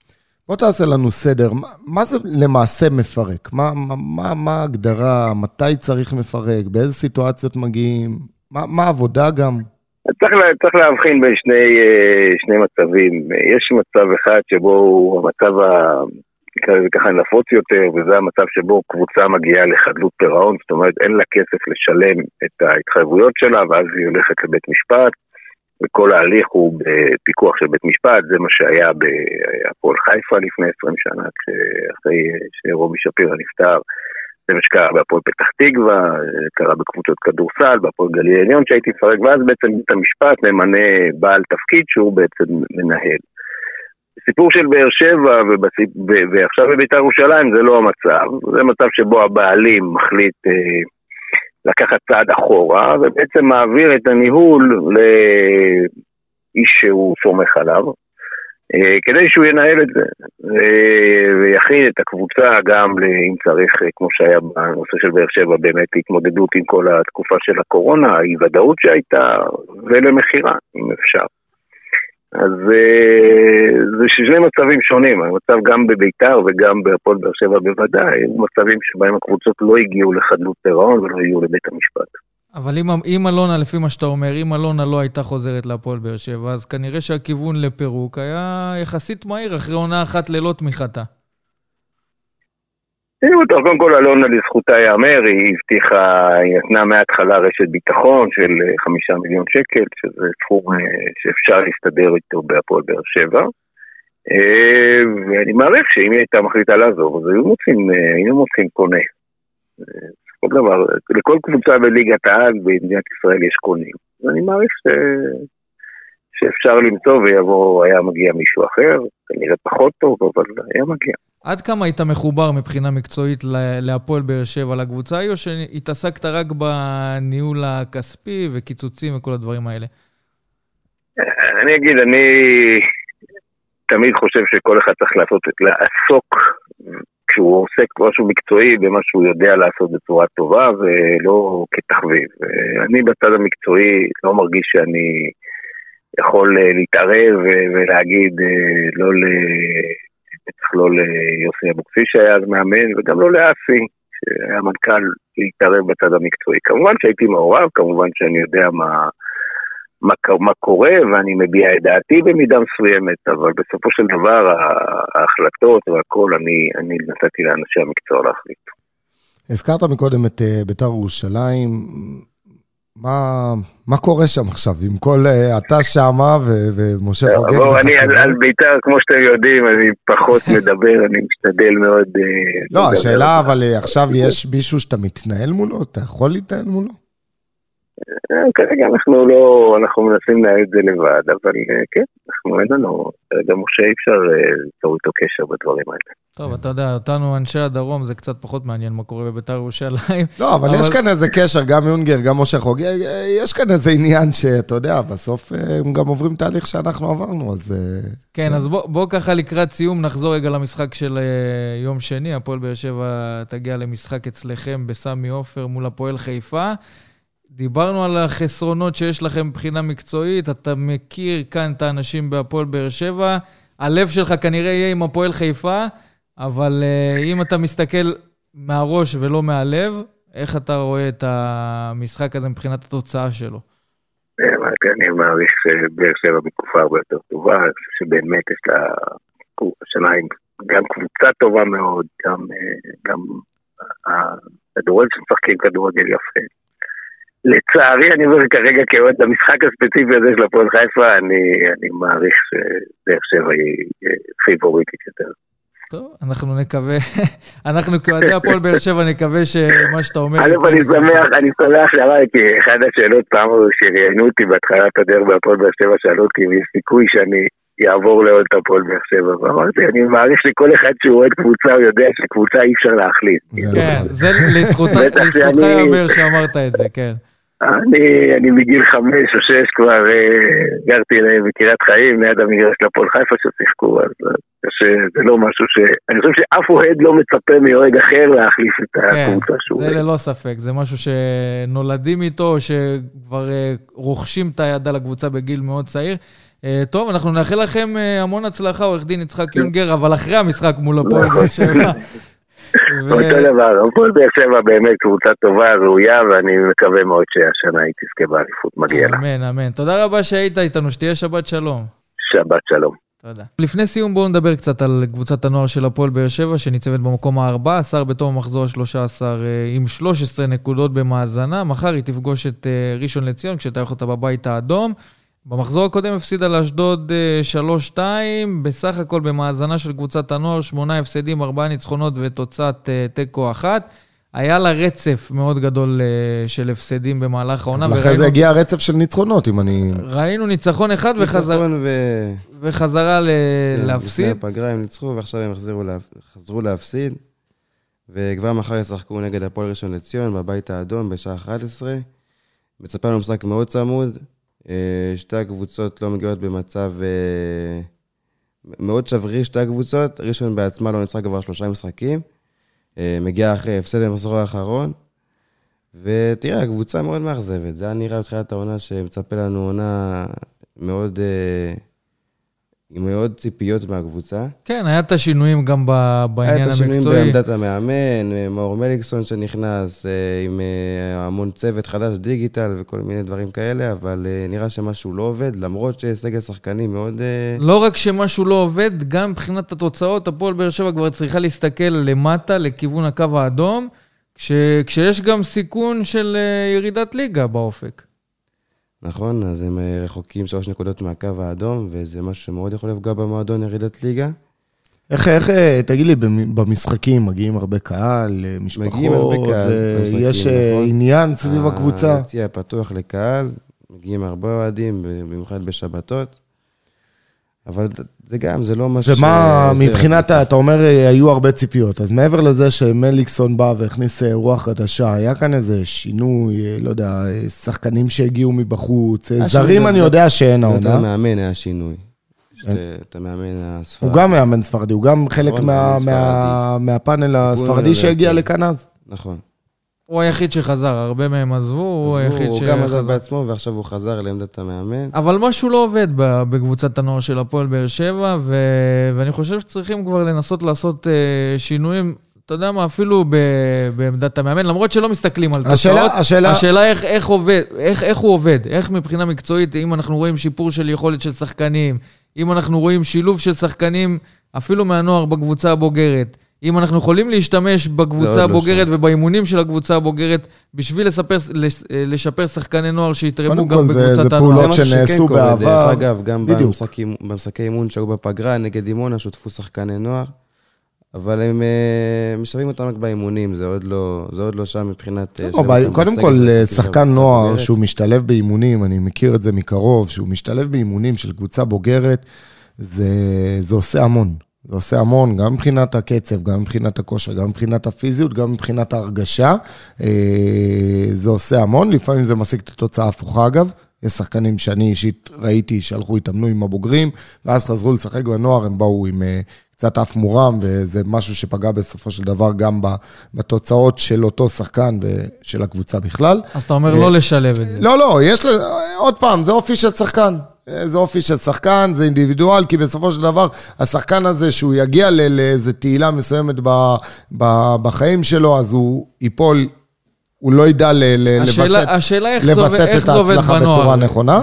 בוא תעשה לנו סדר, מה, מה זה למעשה מפרק? מה, מה, מה, מה ההגדרה, מתי צריך מפרק, באיזה סיטואציות מגיעים, מה, מה העבודה גם? צריך, צריך להבחין בין שני, שני מצבים. יש מצב אחד שבו הוא המצב ככה נפוץ יותר, וזה המצב שבו קבוצה מגיעה לחדלות פירעון, זאת אומרת אין לה כסף לשלם את ההתחייבויות שלה, ואז היא הולכת לבית משפט, וכל ההליך הוא בפיקוח של בית משפט. זה מה שהיה בהפועל חיפה לפני עשרים שנה, אחרי שרובי שפירא נפטר. זה מה שקרה בהפועל פתח תקווה, קרה בקבוצות כדורסל, בהפועל גליל עליון שהייתי מפרק, ואז בעצם בית המשפט ממנה בעל תפקיד שהוא בעצם מנהל. סיפור של באר שבע ובסיפ... ועכשיו בבית"ר ירושלים זה לא המצב, זה מצב שבו הבעלים מחליט אה, לקחת צעד אחורה, ובעצם מעביר את הניהול לאיש שהוא סומך עליו, אה, כדי שהוא ינהל את זה, אה, ויכין את הקבוצה גם, אם צריך, כמו שהיה בנושא של באר שבע, באמת להתמודדות עם כל התקופה של הקורונה, האי ודאות שהייתה, ולמחירה, אם אפשר. אז זה שני מצבים שונים, המצב גם בביתר וגם בהפועל באר שבע בוודאי, מצבים שבהם הקבוצות לא הגיעו לחדלות פירעון ולא הגיעו לבית המשפט. אבל אם, אם אלונה, לפי מה שאתה אומר, אם אלונה לא הייתה חוזרת להפועל באר שבע, אז כנראה שהכיוון לפירוק היה יחסית מהיר אחרי עונה אחת ללא תמיכתה. קודם כל אלונה לזכותה יאמר, היא הבטיחה, היא נתנה מההתחלה רשת ביטחון של חמישה מיליון שקל, שזה סכום שאפשר להסתדר איתו בהפועל באר שבע, ואני מעריך שאם היא הייתה מחליטה לעזוב, אז היו מוצאים, היינו מוצאים קונה. כל דבר, לכל קבוצה בליגת העל במדינת ישראל יש קונים, ואני מעריך ש... שאפשר למצוא ויבוא, היה מגיע מישהו אחר, כנראה פחות טוב, אבל היה מגיע. עד כמה היית מחובר מבחינה מקצועית להפועל באר שבע לקבוצה, או שהתעסקת רק בניהול הכספי וקיצוצים וכל הדברים האלה? אני אגיד, אני תמיד חושב שכל אחד צריך לעשות, לעסוק, כשהוא עוסק משהו מקצועי, במה שהוא יודע לעשות בצורה טובה, ולא כתחביב. אני בצד המקצועי לא מרגיש שאני יכול להתערב ולהגיד לא ל... צריך לא ליוסי אבוקסיס שהיה אז מאמן, וגם לא לאסי, שהיה מנכ"ל להתערב בצד המקצועי. כמובן שהייתי מעורב, כמובן שאני יודע מה, מה, מה קורה, ואני מביע את דעתי במידה מסוימת, אבל בסופו של דבר, ההחלטות והכל, אני, אני נתתי לאנשי המקצוע להחליט. הזכרת מקודם את בית"ר ירושלים, מה, מה קורה שם עכשיו? עם כל אתה שמה ומשה חוגג? בואו, אני על, על בית"ר, כמו שאתם יודעים, אני פחות מדבר, אני משתדל מאוד... לא, השאלה, אבל עכשיו יש מישהו שאתה מתנהל מולו? אתה יכול להתנהל מולו? כרגע אנחנו לא, אנחנו מנסים להעד את זה לבד, אבל כן, אנחנו אין לנו, גם משה אי אפשר ליצור איתו קשר בדברים האלה. טוב, אתה יודע, אותנו אנשי הדרום זה קצת פחות מעניין מה קורה בבית"ר ירושלים. לא, אבל יש כאן איזה קשר, גם יונגר, גם משה חוגג, יש כאן איזה עניין שאתה יודע, בסוף הם גם עוברים תהליך שאנחנו עברנו, אז... כן, אז בוא ככה לקראת סיום, נחזור רגע למשחק של יום שני, הפועל באר שבע תגיע למשחק אצלכם בסמי עופר מול הפועל חיפה. דיברנו על החסרונות שיש לכם מבחינה מקצועית, אתה מכיר כאן את האנשים בהפועל באר שבע, הלב שלך כנראה יהיה עם הפועל חיפה, אבל uh, אם אתה מסתכל מהראש ולא מהלב, איך אתה רואה את המשחק הזה מבחינת התוצאה שלו? אני מעריך שבאר שבע בתקופה הרבה יותר טובה, שבאמת יש לה השנה גם קבוצה טובה מאוד, גם, גם הכדורגל שמשחקים כדורגל יפה. לצערי, אני אומר כרגע כאוהד למשחק הספציפי הזה של הפועל חיפה, אני, אני מעריך שבאר שבע היא פיבוריטית יותר. טוב, אנחנו נקווה, אנחנו כאוהדי הפועל באר שבע נקווה שמה שאתה אומר... אני שמח, אני שמח שערי, כי אחד השאלות פעם שראיינו אותי בהתחלת הדרך בהפועל באר שבע, שאלו אותי אם יש סיכוי שאני יעבור לעוד את הפועל באר שבע, ואמרתי, אני מעריך שכל אחד שהוא אוהד קבוצה, הוא יודע שקבוצה אי אפשר להחליט. כן, זה לזכותך יאמר שאמרת את זה, כן. אני, אני מגיל חמש או שש כבר גרתי בקריית חיים, ליד המגרש לפועל חיפה ששיחקו, אז זה לא משהו ש... אני חושב שאף אוהד לא מצפה מאוהד אחר להחליף את הקבוצה שהוא... זה ללא ספק, זה משהו שנולדים איתו, או שכבר רוכשים את היד על הקבוצה בגיל מאוד צעיר. טוב, אנחנו נאחל לכם המון הצלחה, עורך דין יצחק יונגר, אבל אחרי המשחק מול הפועל באר שבע. אותו דבר, הפועל באר שבע באמת קבוצה טובה, ראויה, ואני מקווה מאוד שהשנה היא תזכה באליפות, מגיע לה. אמן, אמן. תודה רבה שהיית איתנו, שתהיה שבת שלום. שבת שלום. תודה. לפני סיום בואו נדבר קצת על קבוצת הנוער של הפועל באר שבע, שניצבת במקום ה-ארבע עשר בתום המחזור ה-שלוש עשרה עם שלוש עשרה נקודות במאזנה. מחר היא תפגוש את ראשון לציון כשתארח אותה בבית האדום. במחזור הקודם הפסידה לאשדוד שלוש שתיים, בסך הכל במאזנה של קבוצת הנוער, שמונה הפסדים, ארבעה ניצחונות ותוצאת תיקו אחת. היה לה רצף מאוד גדול של הפסדים במהלך העונה. אחרי זה הגיע רצף של ניצחונות, אם אני... ראינו ניצחון אחד וחזרה להפסיד. לפני הפגרה הם ניצחו, ועכשיו הם חזרו להפסיד. וכבר מחר ישחקו נגד הפועל ראשון לציון, בבית האדום, בשעה אחת עשרה. מצפה לנו משחק מאוד צמוד. שתי הקבוצות לא מגיעות במצב מאוד שברי, שתי הקבוצות. ראשון בעצמה לא ניצחה כבר שלושה משחקים. מגיע אחרי הפסד במחזור האחרון, ותראה, הקבוצה מאוד מאכזבת. זה היה נראה בתחילת העונה שמצפה לנו עונה מאוד, עם מאוד ציפיות מהקבוצה. כן, היה את השינויים גם בעניין המקצועי. היה את השינויים בעמדת המאמן, מאור מליקסון שנכנס, עם המון צוות חדש, דיגיטל וכל מיני דברים כאלה, אבל נראה שמשהו לא עובד, למרות שסגל שחקנים מאוד... לא רק שמשהו לא עובד, גם מבחינת התוצאות, הפועל באר שבע כבר צריכה להסתכל למטה, לכיוון הקו האדום, כש... כשיש גם סיכון של ירידת ליגה באופק. נכון, אז הם רחוקים שלוש נקודות מהקו האדום, וזה משהו שמאוד יכול לפגוע במועדון ירידת ליגה. איך, איך, תגיד לי, במשחקים מגיעים הרבה קהל, משפחות, מגיעים הרבה קהל, יש עניין סביב הקבוצה? היציע פתוח לקהל, מגיעים הרבה אוהדים, במיוחד בשבתות, אבל זה גם, זה לא משהו... ומה, מבחינת, אתה אומר, היו הרבה ציפיות, אז מעבר לזה שמליקסון בא והכניס רוח חדשה, היה כאן איזה שינוי, לא יודע, שחקנים שהגיעו מבחוץ, זרים אני יודע שאין העונה. אתה מאמן היה שינוי. אתה מאמן הספרדי. הוא גם מאמן ספרדי, הוא גם חלק מהפאנל הספרדי שהגיע לכאן אז. נכון. הוא היחיד שחזר, הרבה מהם עזבו, הוא היחיד הוא גם עזב בעצמו, ועכשיו הוא חזר לעמדת המאמן. אבל משהו לא עובד בקבוצת הנוער של הפועל באר שבע, ואני חושב שצריכים כבר לנסות לעשות שינויים, אתה יודע מה, אפילו בעמדת המאמן, למרות שלא מסתכלים על תוצאות. השאלה איך הוא עובד, איך מבחינה מקצועית, אם אנחנו רואים שיפור של יכולת של שחקנים, אם אנחנו רואים שילוב של שחקנים, אפילו מהנוער בקבוצה הבוגרת, אם אנחנו יכולים להשתמש בקבוצה הבוגרת ובאימונים של הקבוצה הבוגרת, בשביל לספר, לשפר שחקני נוער שיתרמו גם בקבוצת הנוער. זה פעולות שנעשו בעבר. אגב, גם במשחקי אימון שהיו בפגרה, נגד אימונה, שותפו שחקני נוער, אבל הם משווים אותם רק באימונים, זה עוד לא, זה עוד לא שם מבחינת... קודם כל, שחקן נוער שהוא משתלב באימונים, אני מכיר את זה מקרוב, שהוא משתלב באימונים של קבוצה בוגרת, זה, זה עושה המון. זה עושה המון, גם מבחינת הקצב, גם מבחינת הכושר, גם מבחינת הפיזיות, גם מבחינת ההרגשה. זה עושה המון, לפעמים זה משיג את התוצאה הפוכה אגב. יש שחקנים שאני אישית ראיתי שהלכו התאמנו עם הבוגרים, ואז חזרו לשחק בנוער, הם באו עם קצת אף מורם, וזה משהו שפגע בסופו של דבר גם בתוצאות של אותו שחקן ושל הקבוצה בכלל. אז אתה אומר לא לשלב את זה. לא, לא, יש, עוד פעם, זה אופי של שחקן. זה אופי של שחקן, זה אינדיבידואל, כי בסופו של דבר, השחקן הזה, שהוא יגיע לאיזו תהילה מסוימת בחיים שלו, אז הוא ייפול, הוא לא ידע לבסט את ההצלחה בצורה נכונה.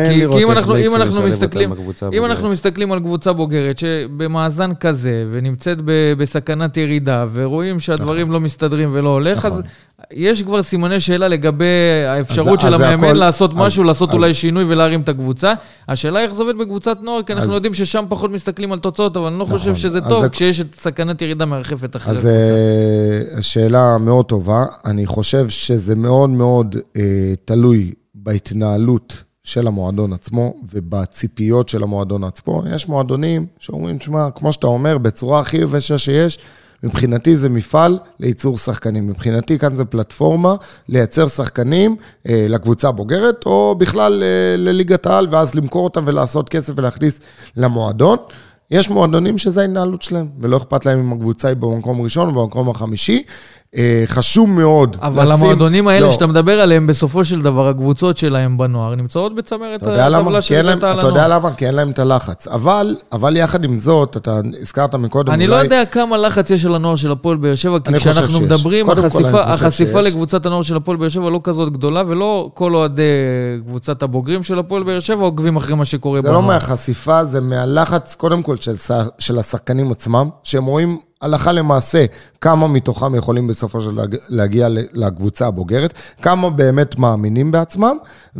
אם אנחנו מסתכלים על קבוצה בוגרת, שבמאזן כזה, ונמצאת בסכנת ירידה, ורואים שהדברים לא מסתדרים ולא הולך, אז יש כבר סימני שאלה לגבי האפשרות של המאמן לעשות משהו, לעשות אולי שינוי ולהרים את הקבוצה. השאלה איך זה עובד בקבוצת נוער, כי אנחנו יודעים ששם פחות מסתכלים על תוצאות, אבל אני לא חושב שזה טוב, כשיש את סכנת ירידה מרחפת אחרי הקבוצה. אז השאלה מאוד טובה. אני חושב שזה מאוד מאוד תלוי בהתנהלות של המועדון עצמו, ובציפיות של המועדון עצמו. יש מועדונים שאומרים, שמה, כמו שאתה אומר, בצורה הכי יבשה שיש, מבחינתי זה מפעל לייצור שחקנים. מבחינתי כאן זה פלטפורמה לייצר שחקנים אה, לקבוצה הבוגרת, או בכלל אה, לליגת העל, ואז למכור אותם ולעשות כסף ולהכניס למועדון. יש מועדונים שזה ההתנהלות שלהם, ולא אכפת להם אם הקבוצה היא במקום ראשון או במקום החמישי. חשוב מאוד אבל לשים... המועדונים האלה לא. שאתה מדבר עליהם, בסופו של דבר, הקבוצות שלהם בנוער, נמצאות בצמרת הטבלה של להם, אתה יודע למה? כי אין להם את הלחץ. אבל, אבל יחד עם זאת, אתה הזכרת מקודם אני אולי... לא יודע כמה לחץ יש על הנוער של הפועל באר שבע, כי כשאנחנו מדברים, החשיפה, החשיפה לקבוצת הנוער של הפועל באר שבע לא כזאת גדולה, ולא כל אוהדי קבוצת הבוגרים של הפועל באר שבע עוקבים אחרי מה שקורה בנוער. זה לא מהחשיפה, זה מהלחץ, קודם כל, של, של השחקנים עצמם, שהם רואים הלכה למעשה, כמה מתוכם יכולים בסופו של להגיע לקבוצה הבוגרת, כמה באמת מאמינים בעצמם,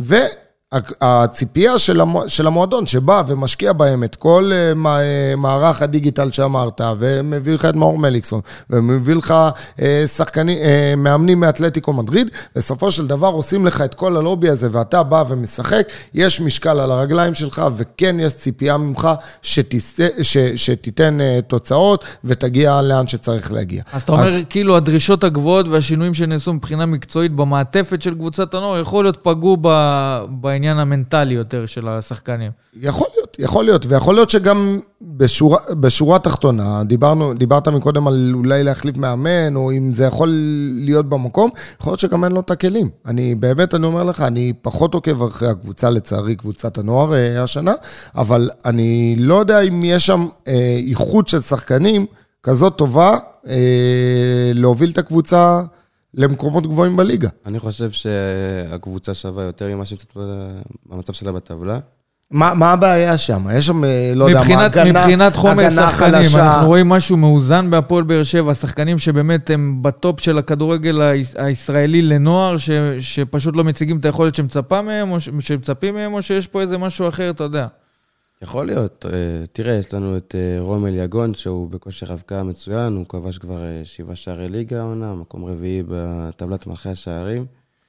והציפייה של המועדון שבא ומשקיע בהם את כל מערך הדיגיטל שאמרת, ומביא לך את מאור מליקסון, ומביא לך שחקנים, מאמנים מאתלטיקו מדריד, בסופו של דבר עושים לך את כל הלובי הזה, ואתה בא ומשחק, יש משקל על הרגליים שלך, וכן יש ציפייה ממך שתיתן, שתיתן תוצאות, ותגיע לאן שצריך להגיע. אז אתה אומר, אז... כאילו הדרישות הגבוהות והשינויים שנעשו מבחינה מקצועית במעטפת של קבוצת הנוער, יכול להיות פגעו בעניין המנטלי יותר של השחקנים. יכול להיות, יכול להיות, ויכול להיות שגם בשורה, בשורה תחתונה, דיברנו, דיברת מקודם על אולי להחליף מאמן, או אם זה יכול להיות במקום, יכול להיות שגם אין לו את הכלים. אני באמת, אני אומר לך, אני פחות עוקב אחרי הקבוצה, לצערי, קבוצת הנוער אה, השנה, אבל אני לא יודע אם יש שם אה, איכות של שחקנים כזאת טובה, אה, להוביל את הקבוצה למקומות גבוהים בליגה. אני חושב שהקבוצה שווה יותר ממה שנמצאת במצב שלה בטבלה. מה, מה הבעיה שם? יש שם, לא יודע, מה, הגנה, מבחינת חומר שחקנים, אנחנו רואים משהו מאוזן בהפועל באר שבע, שחקנים שבאמת הם בטופ של הכדורגל הישראלי לנוער, ש, שפשוט לא מציגים את היכולת שמצפה מהם, או שמצפים מהם, או שיש פה איזה משהו אחר, אתה יודע. יכול להיות. תראה, יש לנו את רומל יגון, שהוא בכושר הבקעה מצוין, הוא כבש כבר שבעה שערי ליגה העונה, מקום רביעי בטבלת מלכי השערים.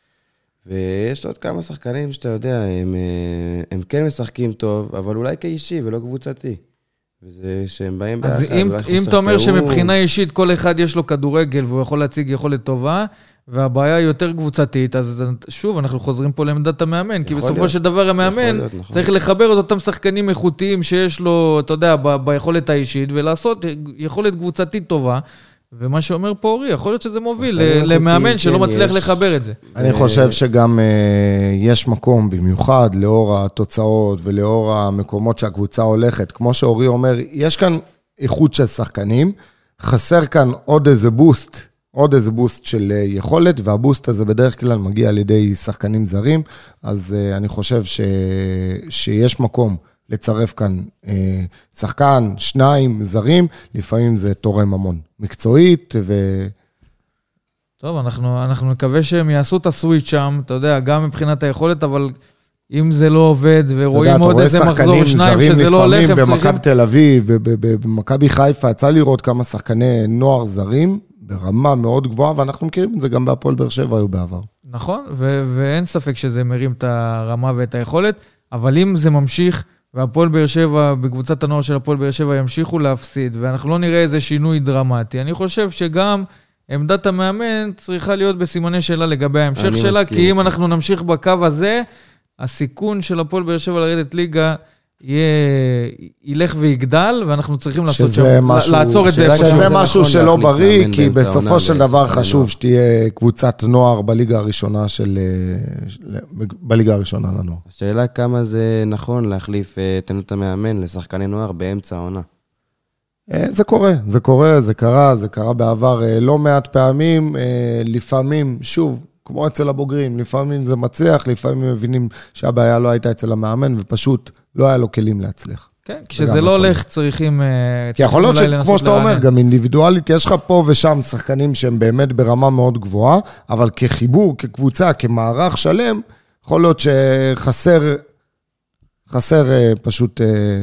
ויש עוד כמה שחקנים שאתה יודע, הם, הם כן משחקים טוב, אבל אולי כאישי ולא קבוצתי. וזה שהם באים ביחד. אז אם, אם אתה אומר שמבחינה אישית כל אחד יש לו כדורגל והוא יכול להציג יכולת טובה, והבעיה היא יותר קבוצתית, אז שוב, אנחנו חוזרים פה לעמדת המאמן, כי בסופו להיות, של דבר המאמן להיות, נכון. צריך לחבר את אותם שחקנים איכותיים שיש לו, אתה יודע, ב- ביכולת האישית, ולעשות יכולת קבוצתית טובה, ומה שאומר פה אורי, יכול להיות שזה מוביל למאמן שלא מצליח לחבר את זה. אני חושב שגם יש מקום במיוחד לאור התוצאות ולאור המקומות שהקבוצה הולכת. כמו שאורי אומר, יש כאן איכות של שחקנים, חסר כאן עוד איזה בוסט, עוד איזה בוסט של יכולת, והבוסט הזה בדרך כלל מגיע על ידי שחקנים זרים, אז אני חושב ש... שיש מקום לצרף כאן אה, שחקן, שניים, זרים, לפעמים זה תורם המון. מקצועית ו... טוב, אנחנו, אנחנו נקווה שהם יעשו את הסוויץ' שם, אתה יודע, גם מבחינת היכולת, אבל אם זה לא עובד, ורואים עוד איזה מחזור שניים שזה לא הולך, הם צריכים... במכבי תל אביב, במכבי חיפה, יצא לראות כמה שחקני נוער זרים, ברמה מאוד גבוהה, ואנחנו מכירים את זה גם בהפועל באר שבע היו בעבר. נכון, ו- ואין ספק שזה מרים את הרמה ואת היכולת, אבל אם זה ממשיך, והפועל באר שבע, בקבוצת הנוער של הפועל באר שבע, ימשיכו להפסיד, ואנחנו לא נראה איזה שינוי דרמטי. אני חושב שגם עמדת המאמן צריכה להיות בסימני שאלה לגבי ההמשך שלה, כי אם אנחנו נמשיך בקו הזה, הסיכון של הפועל באר שבע לרדת ליגה יהיה, ילך ויגדל, ואנחנו צריכים לעשות שם, משהו, לעצור את זה. שזה משהו שלא בריא, כי בסופו של דבר חשוב שתהיה קבוצת נוער בליגה הראשונה של, בליגה הראשונה לנוער. השאלה כמה זה נכון להחליף את עמדת המאמן לשחקני נוער באמצע העונה. זה קורה, זה קורה, זה קרה, זה קרה בעבר לא מעט פעמים, לפעמים, שוב, כמו אצל הבוגרים, לפעמים זה מצליח, לפעמים מבינים שהבעיה לא הייתה אצל המאמן, ופשוט לא היה לו כלים להצליח. כן, כשזה לא הולך, צריכים... כי יכול להיות שכמו שאתה אומר, גם אינדיבידואלית, יש לך פה ושם שחקנים שהם באמת ברמה מאוד גבוהה, אבל כחיבור, כקבוצה, כמערך שלם, יכול להיות שחסר, חסר פשוט...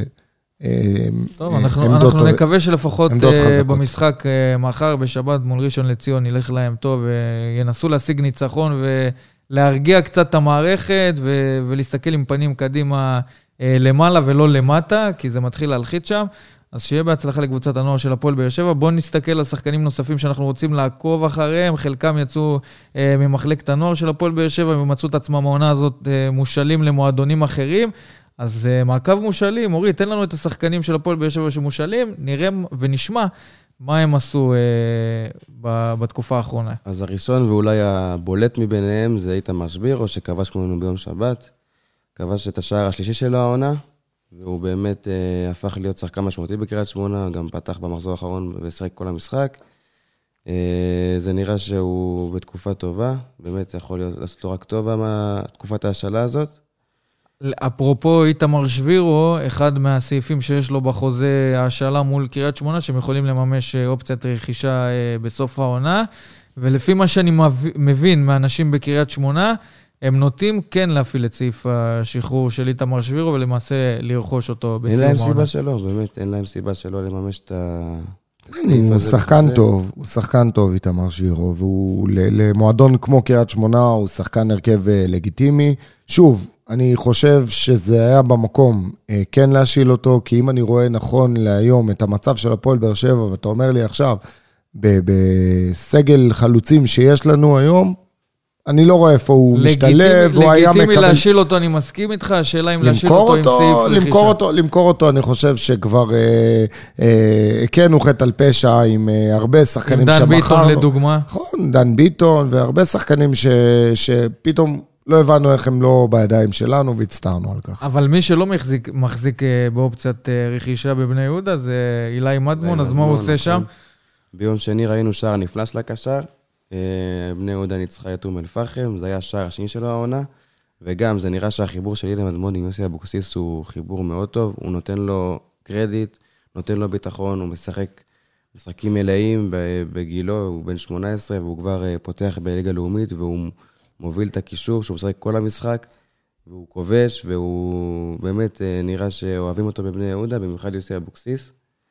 טוב, אנחנו, אנחנו נקווה שלפחות במשחק מחר בשבת מול ראשון לציון ילך להם טוב וינסו להשיג ניצחון ולהרגיע קצת את המערכת ולהסתכל עם פנים קדימה למעלה ולא למטה, כי זה מתחיל להלחיץ שם. אז שיהיה בהצלחה לקבוצת הנוער של הפועל באר שבע. בואו נסתכל על שחקנים נוספים שאנחנו רוצים לעקוב אחריהם. חלקם יצאו אה, ממחלקת הנוער של הפועל באר שבע ומצאו את עצמם העונה הזאת אה, מושלים למועדונים אחרים. אז uh, מעקב מושלים, אורי, תן לנו את השחקנים של הפועל באר שבע שמושלים, נראה ונשמע מה הם עשו אה, בתקופה האחרונה? אז הראשון ואולי הבולט מביניהם זה איתמר שבירו, שכבש מולנו ביום שבת. כבש את השער השלישי שלו העונה, והוא באמת אה, הפך להיות שחקן משמעותי בקריית שמונה, גם פתח במחזור האחרון ושחק כל המשחק. אה, זה נראה שהוא בתקופה טובה, באמת יכול להיות לעשות לו רק טובה מהתקופת ההשאלה הזאת. אפרופו איתמר שבירו, אחד מהסעיפים שיש לו בחוזה ההשאלה מול קריית שמונה, שהם יכולים לממש אופציית רכישה בסוף העונה, ולפי מה שאני מבין מאנשים בקריית שמונה, הם נוטים כן להפעיל את סעיף השחרור של איתמר שבירו, ולמעשה לרכוש אותו בסיום העונה. אין להם סיבה שלו, באמת, אין להם סיבה שלו לממש את ה... הוא שחקן טוב, הוא שחקן טוב איתמר שבירו, והוא למועדון כמו קריית שמונה, הוא שחקן הרכב לגיטימי. שוב, אני חושב שזה היה במקום כן להשיל אותו, כי אם אני רואה נכון להיום את המצב של הפועל באר שבע, ואתה אומר לי עכשיו, בסגל חלוצים שיש לנו היום, אני לא רואה איפה הוא משתלב, הוא היה מקבל... לגיטימי להשיל אותו, אני מסכים איתך, השאלה אם להשיל אותו עם סעיף רכישה. למכור אותו, למכור אותו, אני חושב שכבר כן הוא חטא על פשע עם הרבה שחקנים שמחרנו. דן ביטון לדוגמה. נכון, דן ביטון והרבה שחקנים שפתאום לא הבנו איך הם לא בידיים שלנו והצטערנו על כך. אבל מי שלא מחזיק, מחזיק באופציית רכישה בבני יהודה, זה אילי מדמון, אז מה הוא עושה שם? ביום שני ראינו שער נפלא של הקשר, בני יהודה ניצחה את אום אל-פחם, זה היה השער השני שלו העונה, וגם זה נראה שהחיבור של אילי מדמון עם יוסי אבוקסיס הוא חיבור מאוד טוב, הוא נותן לו קרדיט, נותן לו ביטחון, הוא משחק משחקים מלאים בגילו, הוא בן שמונה עשרה, והוא כבר פותח בליגה לאומית, והוא מוביל את הקישור, שהוא משחק כל המשחק, והוא כובש, והוא באמת נראה שאוהבים אותו בבני יהודה, במיוחד יוסי אבוקסיס,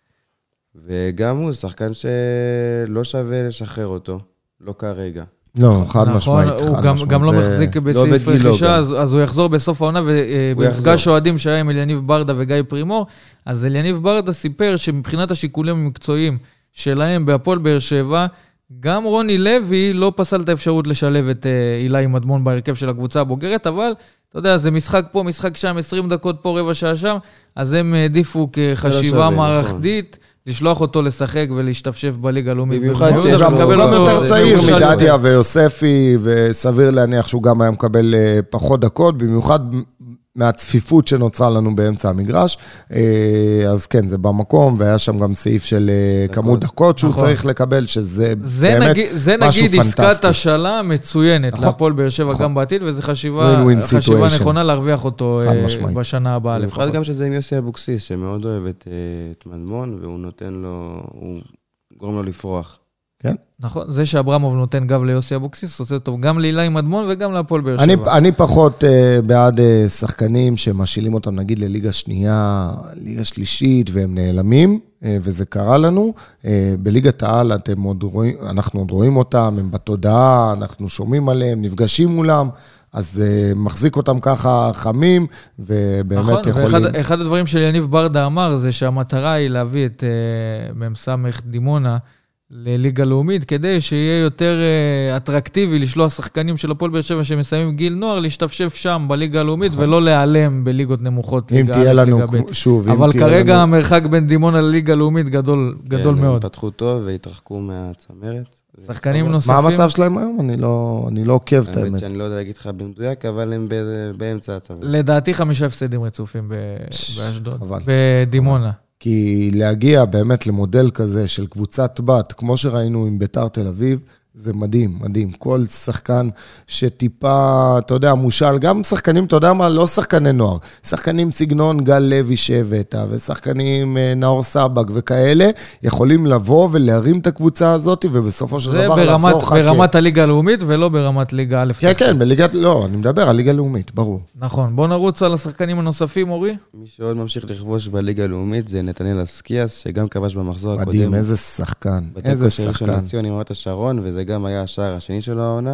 וגם הוא שחקן שלא שווה לשחרר אותו. לא כרגע. לא, חד משמעית. הוא גם לא מחזיק בסעיף רכישה, אז הוא יחזור בסוף העונה, ובמפגש אוהדים שהיה עם אליניב ברדה וגיא פרימור, אז אליניב ברדה סיפר שמבחינת השיקולים המקצועיים שלהם בהפועל באר שבע, גם רוני לוי לא פסל את האפשרות לשלב את אילי מדמון בהרכב של הקבוצה הבוגרת, אבל אתה יודע, זה משחק פה, משחק שם, עשרים דקות פה, רבע שעה שם, אז הם העדיפו כחשיבה מערכתית, לשלוח אותו לשחק ולהשתפשף בליגה הלאומית. במיוחד שהוא גם יותר צעיר מדדיה ויוספי, וסביר להניח שהוא גם היה מקבל פחות דקות, במיוחד מהצפיפות שנוצרה לנו באמצע המגרש. אז כן, זה במקום, והיה שם גם סעיף של כמות דקות שהוא צריך לקבל, שזה באמת משהו פנטסטי. זה נגיד עסקת השאלה מצוינת להפועל באר שבע גם בעתיד, וזו חשיבה נכונה להרוויח אותו בשנה הבאה. במיוחד גם שזה עם יוסי אבוקסיס, שמאוד אוהב את מדמון, והוא נותן לו, הוא גורם לו לפרוח. כן. נכון, זה שאברמוב נותן גב ליוסי אבוקסיס, עושה טוב גם לאילי מדמון וגם להפועל באר שבע. אני פחות בעד שחקנים שמשילים אותם, נגיד, לליגה שנייה, ליגה שלישית, והם נעלמים, וזה קרה לנו. בליגת העל אנחנו עוד רואים אותם, הם בתודעה, אנחנו שומעים עליהם, נפגשים מולם, אז מחזיק אותם ככה חמים, ובאמת נכון, יכולים... ואחד אחד הדברים שיניב ברדה אמר, זה שהמטרה היא להביא את ממסמך דימונה, לליגה לאומית, כדי שיהיה יותר אטרקטיבי לשלוח שחקנים של הפועל באר שבע שמסיימים גיל נוער, להשתפשף שם בליגה הלאומית, ולא להיעלם בליגות נמוכות. אם תהיה לנו, שוב, אבל כרגע המרחק בין דימונה לליגה לאומית גדול מאוד. הם פתחו טוב והתרחקו מהצמרת. שחקנים נוספים. מה המצב שלהם היום? אני לא עוקב את האמת. אני לא יודע להגיד לך במדויק, אבל הם באמצע הצמרת. לדעתי חמישה הפסדים רצופים באשדוד, בדימונה. כי להגיע באמת למודל כזה של קבוצת בת, כמו שראינו עם ביתר תל אביב, זה מדהים, מדהים. כל שחקן שטיפה, אתה יודע, מושל, גם שחקנים, אתה יודע מה, לא שחקני נוער, שחקנים סגנון גל לוי שבטה, ושחקנים נאור סבק וכאלה, יכולים לבוא ולהרים את הקבוצה הזאת, ובסופו של דבר לחזור חכה. זה ברמת הליגה הלאומית, ולא ברמת ליגה א'. כן, כן, בליגת, לא, אני מדבר על ליגה לאומית, ברור. נכון, בוא נרוץ על השחקנים הנוספים, אורי. מי שעוד ממשיך לכבוש בליגה הלאומית, זה נתנאל אסקיאס, שגם כבש במחזור הקודם. מדהים, איזה שחקן, איזה שחקן. וזה גם היה השער השני שלו העונה.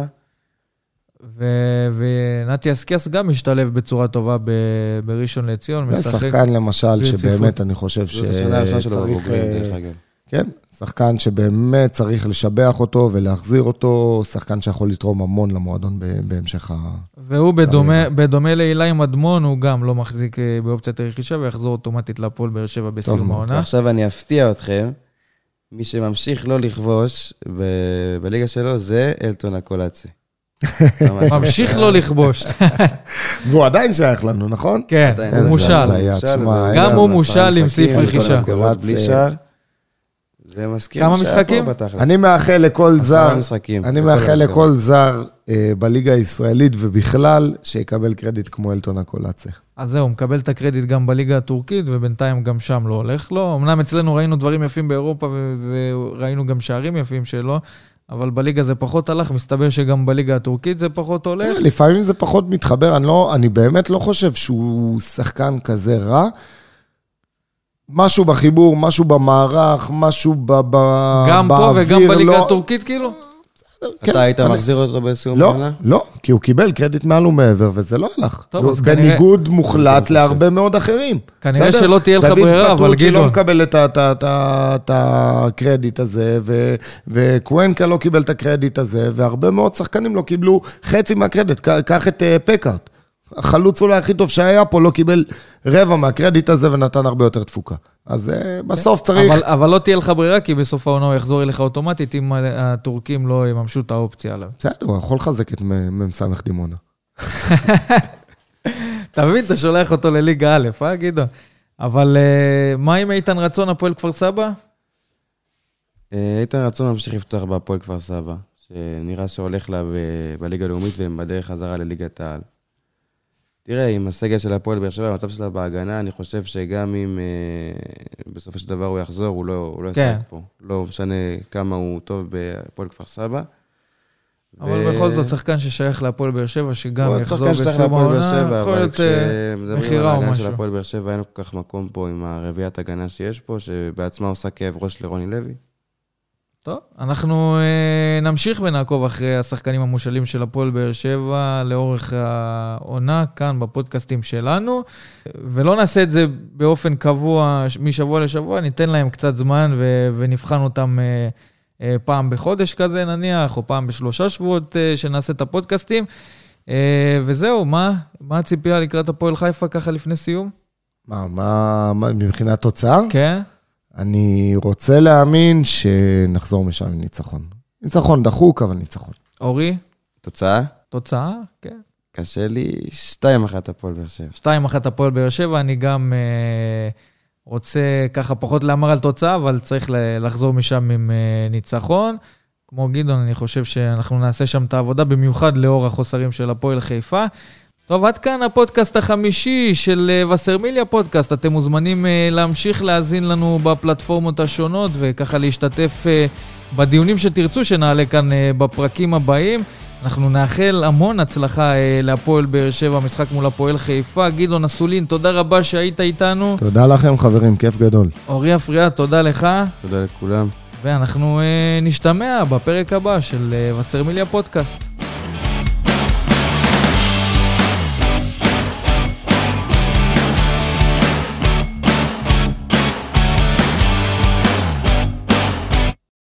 ונתי אסקיאס גם משתלב בצורה טובה בראשון לציון. זה שחקן למשל שבאמת אני חושב שצריך... כן, שחקן שבאמת צריך לשבח אותו ולהחזיר אותו, שחקן שיכול לתרום המון למועדון בהמשך ה... והוא בדומה לאילי מדמון, הוא גם לא מחזיק באופציית הרכישה, ויחזור אוטומטית להפועל באר שבע בסיום העונה. עכשיו אני אפתיע אתכם, מי שממשיך לא לכבוש ב- בליגה שלו זה אלטון הקולאצי. ממשיך לא לכבוש. והוא עדיין שייך לנו, נכון? כן, הוא מושל. גם הוא מושל עם סעיף רכישה. בלי שער. זה מזכיר כמה משחקים? אני מאחל לכל זר, אני מאחל לכל זר בליגה הישראלית ובכלל שיקבל קרדיט כמו אלטון הקולאצי. אז זהו, מקבל את הקרדיט גם בליגה הטורקית, ובינתיים גם שם לא הולך לו. אמנם אצלנו ראינו דברים יפים באירופה, וראינו גם שערים יפים שלו, אבל בליגה זה פחות הלך, מסתבר שגם בליגה הטורקית זה פחות הולך. לפעמים זה פחות מתחבר, אני, לא, אני באמת לא חושב שהוא שחקן כזה רע. משהו בחיבור, משהו במערך, משהו באוויר. גם פה וגם בליגה הטורקית כאילו? אתה היית מחזיר אותו בסיום העונה? לא, כי הוא קיבל קרדיט מעל ומעבר, וזה לא הלך. בניגוד מוחלט להרבה מאוד אחרים. כנראה שלא תהיה לך ברירה, אבל דוד פטרוץ' שלא מקבל את הקרדיט הזה, וקוונקה לא קיבל את הקרדיט הזה, והרבה מאוד שחקנים לא קיבלו חצי מהקרדיט. קח את פקארט. החלוץ אולי הכי טוב שהיה פה, לא קיבל רבע מהקרדיט הזה ונתן הרבה יותר תפוקה. אז בסוף צריך... אבל, אבל לא תהיה לך ברירה, כי בסוף העונה הוא יחזור אליך אוטומטית, אם הטורקים לא יממשו את האופציה עליו. בסדר, הוא יכול לחזק את ממסמך דימונה. תבין, אתה שולח אותו לליגה א', אה, גידו? אבל מה עם איתן רצון, הפועל כפר סבא? איתן רצון ממשיך לפתוח בהפועל כפר סבא, שנראה שהולך לה בליגה הלאומית והם בדרך חזרה לליגת העל. תראה, עם הסגל של הפועל באר שבע, המצב שלה בהגנה, אני חושב שגם אם אה, בסופו של דבר הוא יחזור, הוא לא, הוא לא כן. ישחק פה. לא משנה כמה הוא טוב בהפועל כפר סבא. אבל ו... בכל זאת, שחקן ששייך להפועל באר שבע, שגם יחזור בסיום העונה. שחקן ששייך להפועל באר שבע, אבל כשמדברים על ההגנה של הפועל באר שבע, אין כל כך מקום פה עם הרביעת הגנה שיש פה, שבעצמה עושה כאב ראש לרוני לוי. טוב, אנחנו אה, נמשיך ונעקוב אחרי השחקנים המושלים של הפועל באר שבע לאורך העונה כאן בפודקאסטים שלנו, ולא נעשה את זה באופן קבוע משבוע לשבוע, ניתן להם קצת זמן ו- ונבחן אותם אה, אה, פעם בחודש כזה נניח, או פעם בשלושה שבועות אה, שנעשה את הפודקאסטים, אה, וזהו, מה, מה הציפייה לקראת הפועל חיפה ככה לפני סיום? מה, מה, מה מבחינת תוצאה? כן. אני רוצה להאמין שנחזור משם עם ניצחון. ניצחון דחוק, אבל ניצחון. אורי? תוצאה? תוצאה, כן. קשה לי שתיים אחת הפועל באר שבע. שתיים אחת הפועל באר שבע, אני גם אה, רוצה ככה פחות לאמר על תוצאה, אבל צריך לחזור משם עם אה, ניצחון. כמו גדעון, אני חושב שאנחנו נעשה שם את העבודה, במיוחד לאור החוסרים של הפועל חיפה. טוב, עד כאן הפודקאסט החמישי של וסרמיליה פודקאסט. אתם מוזמנים להמשיך להאזין לנו בפלטפורמות השונות, וככה להשתתף בדיונים שתרצו שנעלה כאן בפרקים הבאים. אנחנו נאחל המון הצלחה להפועל באר שבע, משחק מול הפועל חיפה. גדעון אסולין, תודה רבה שהיית איתנו. תודה לכם חברים, כיף גדול. אורי אפריאט, תודה לך. תודה לכולם. ואנחנו נשתמע בפרק הבא של וסרמיליה פודקאסט.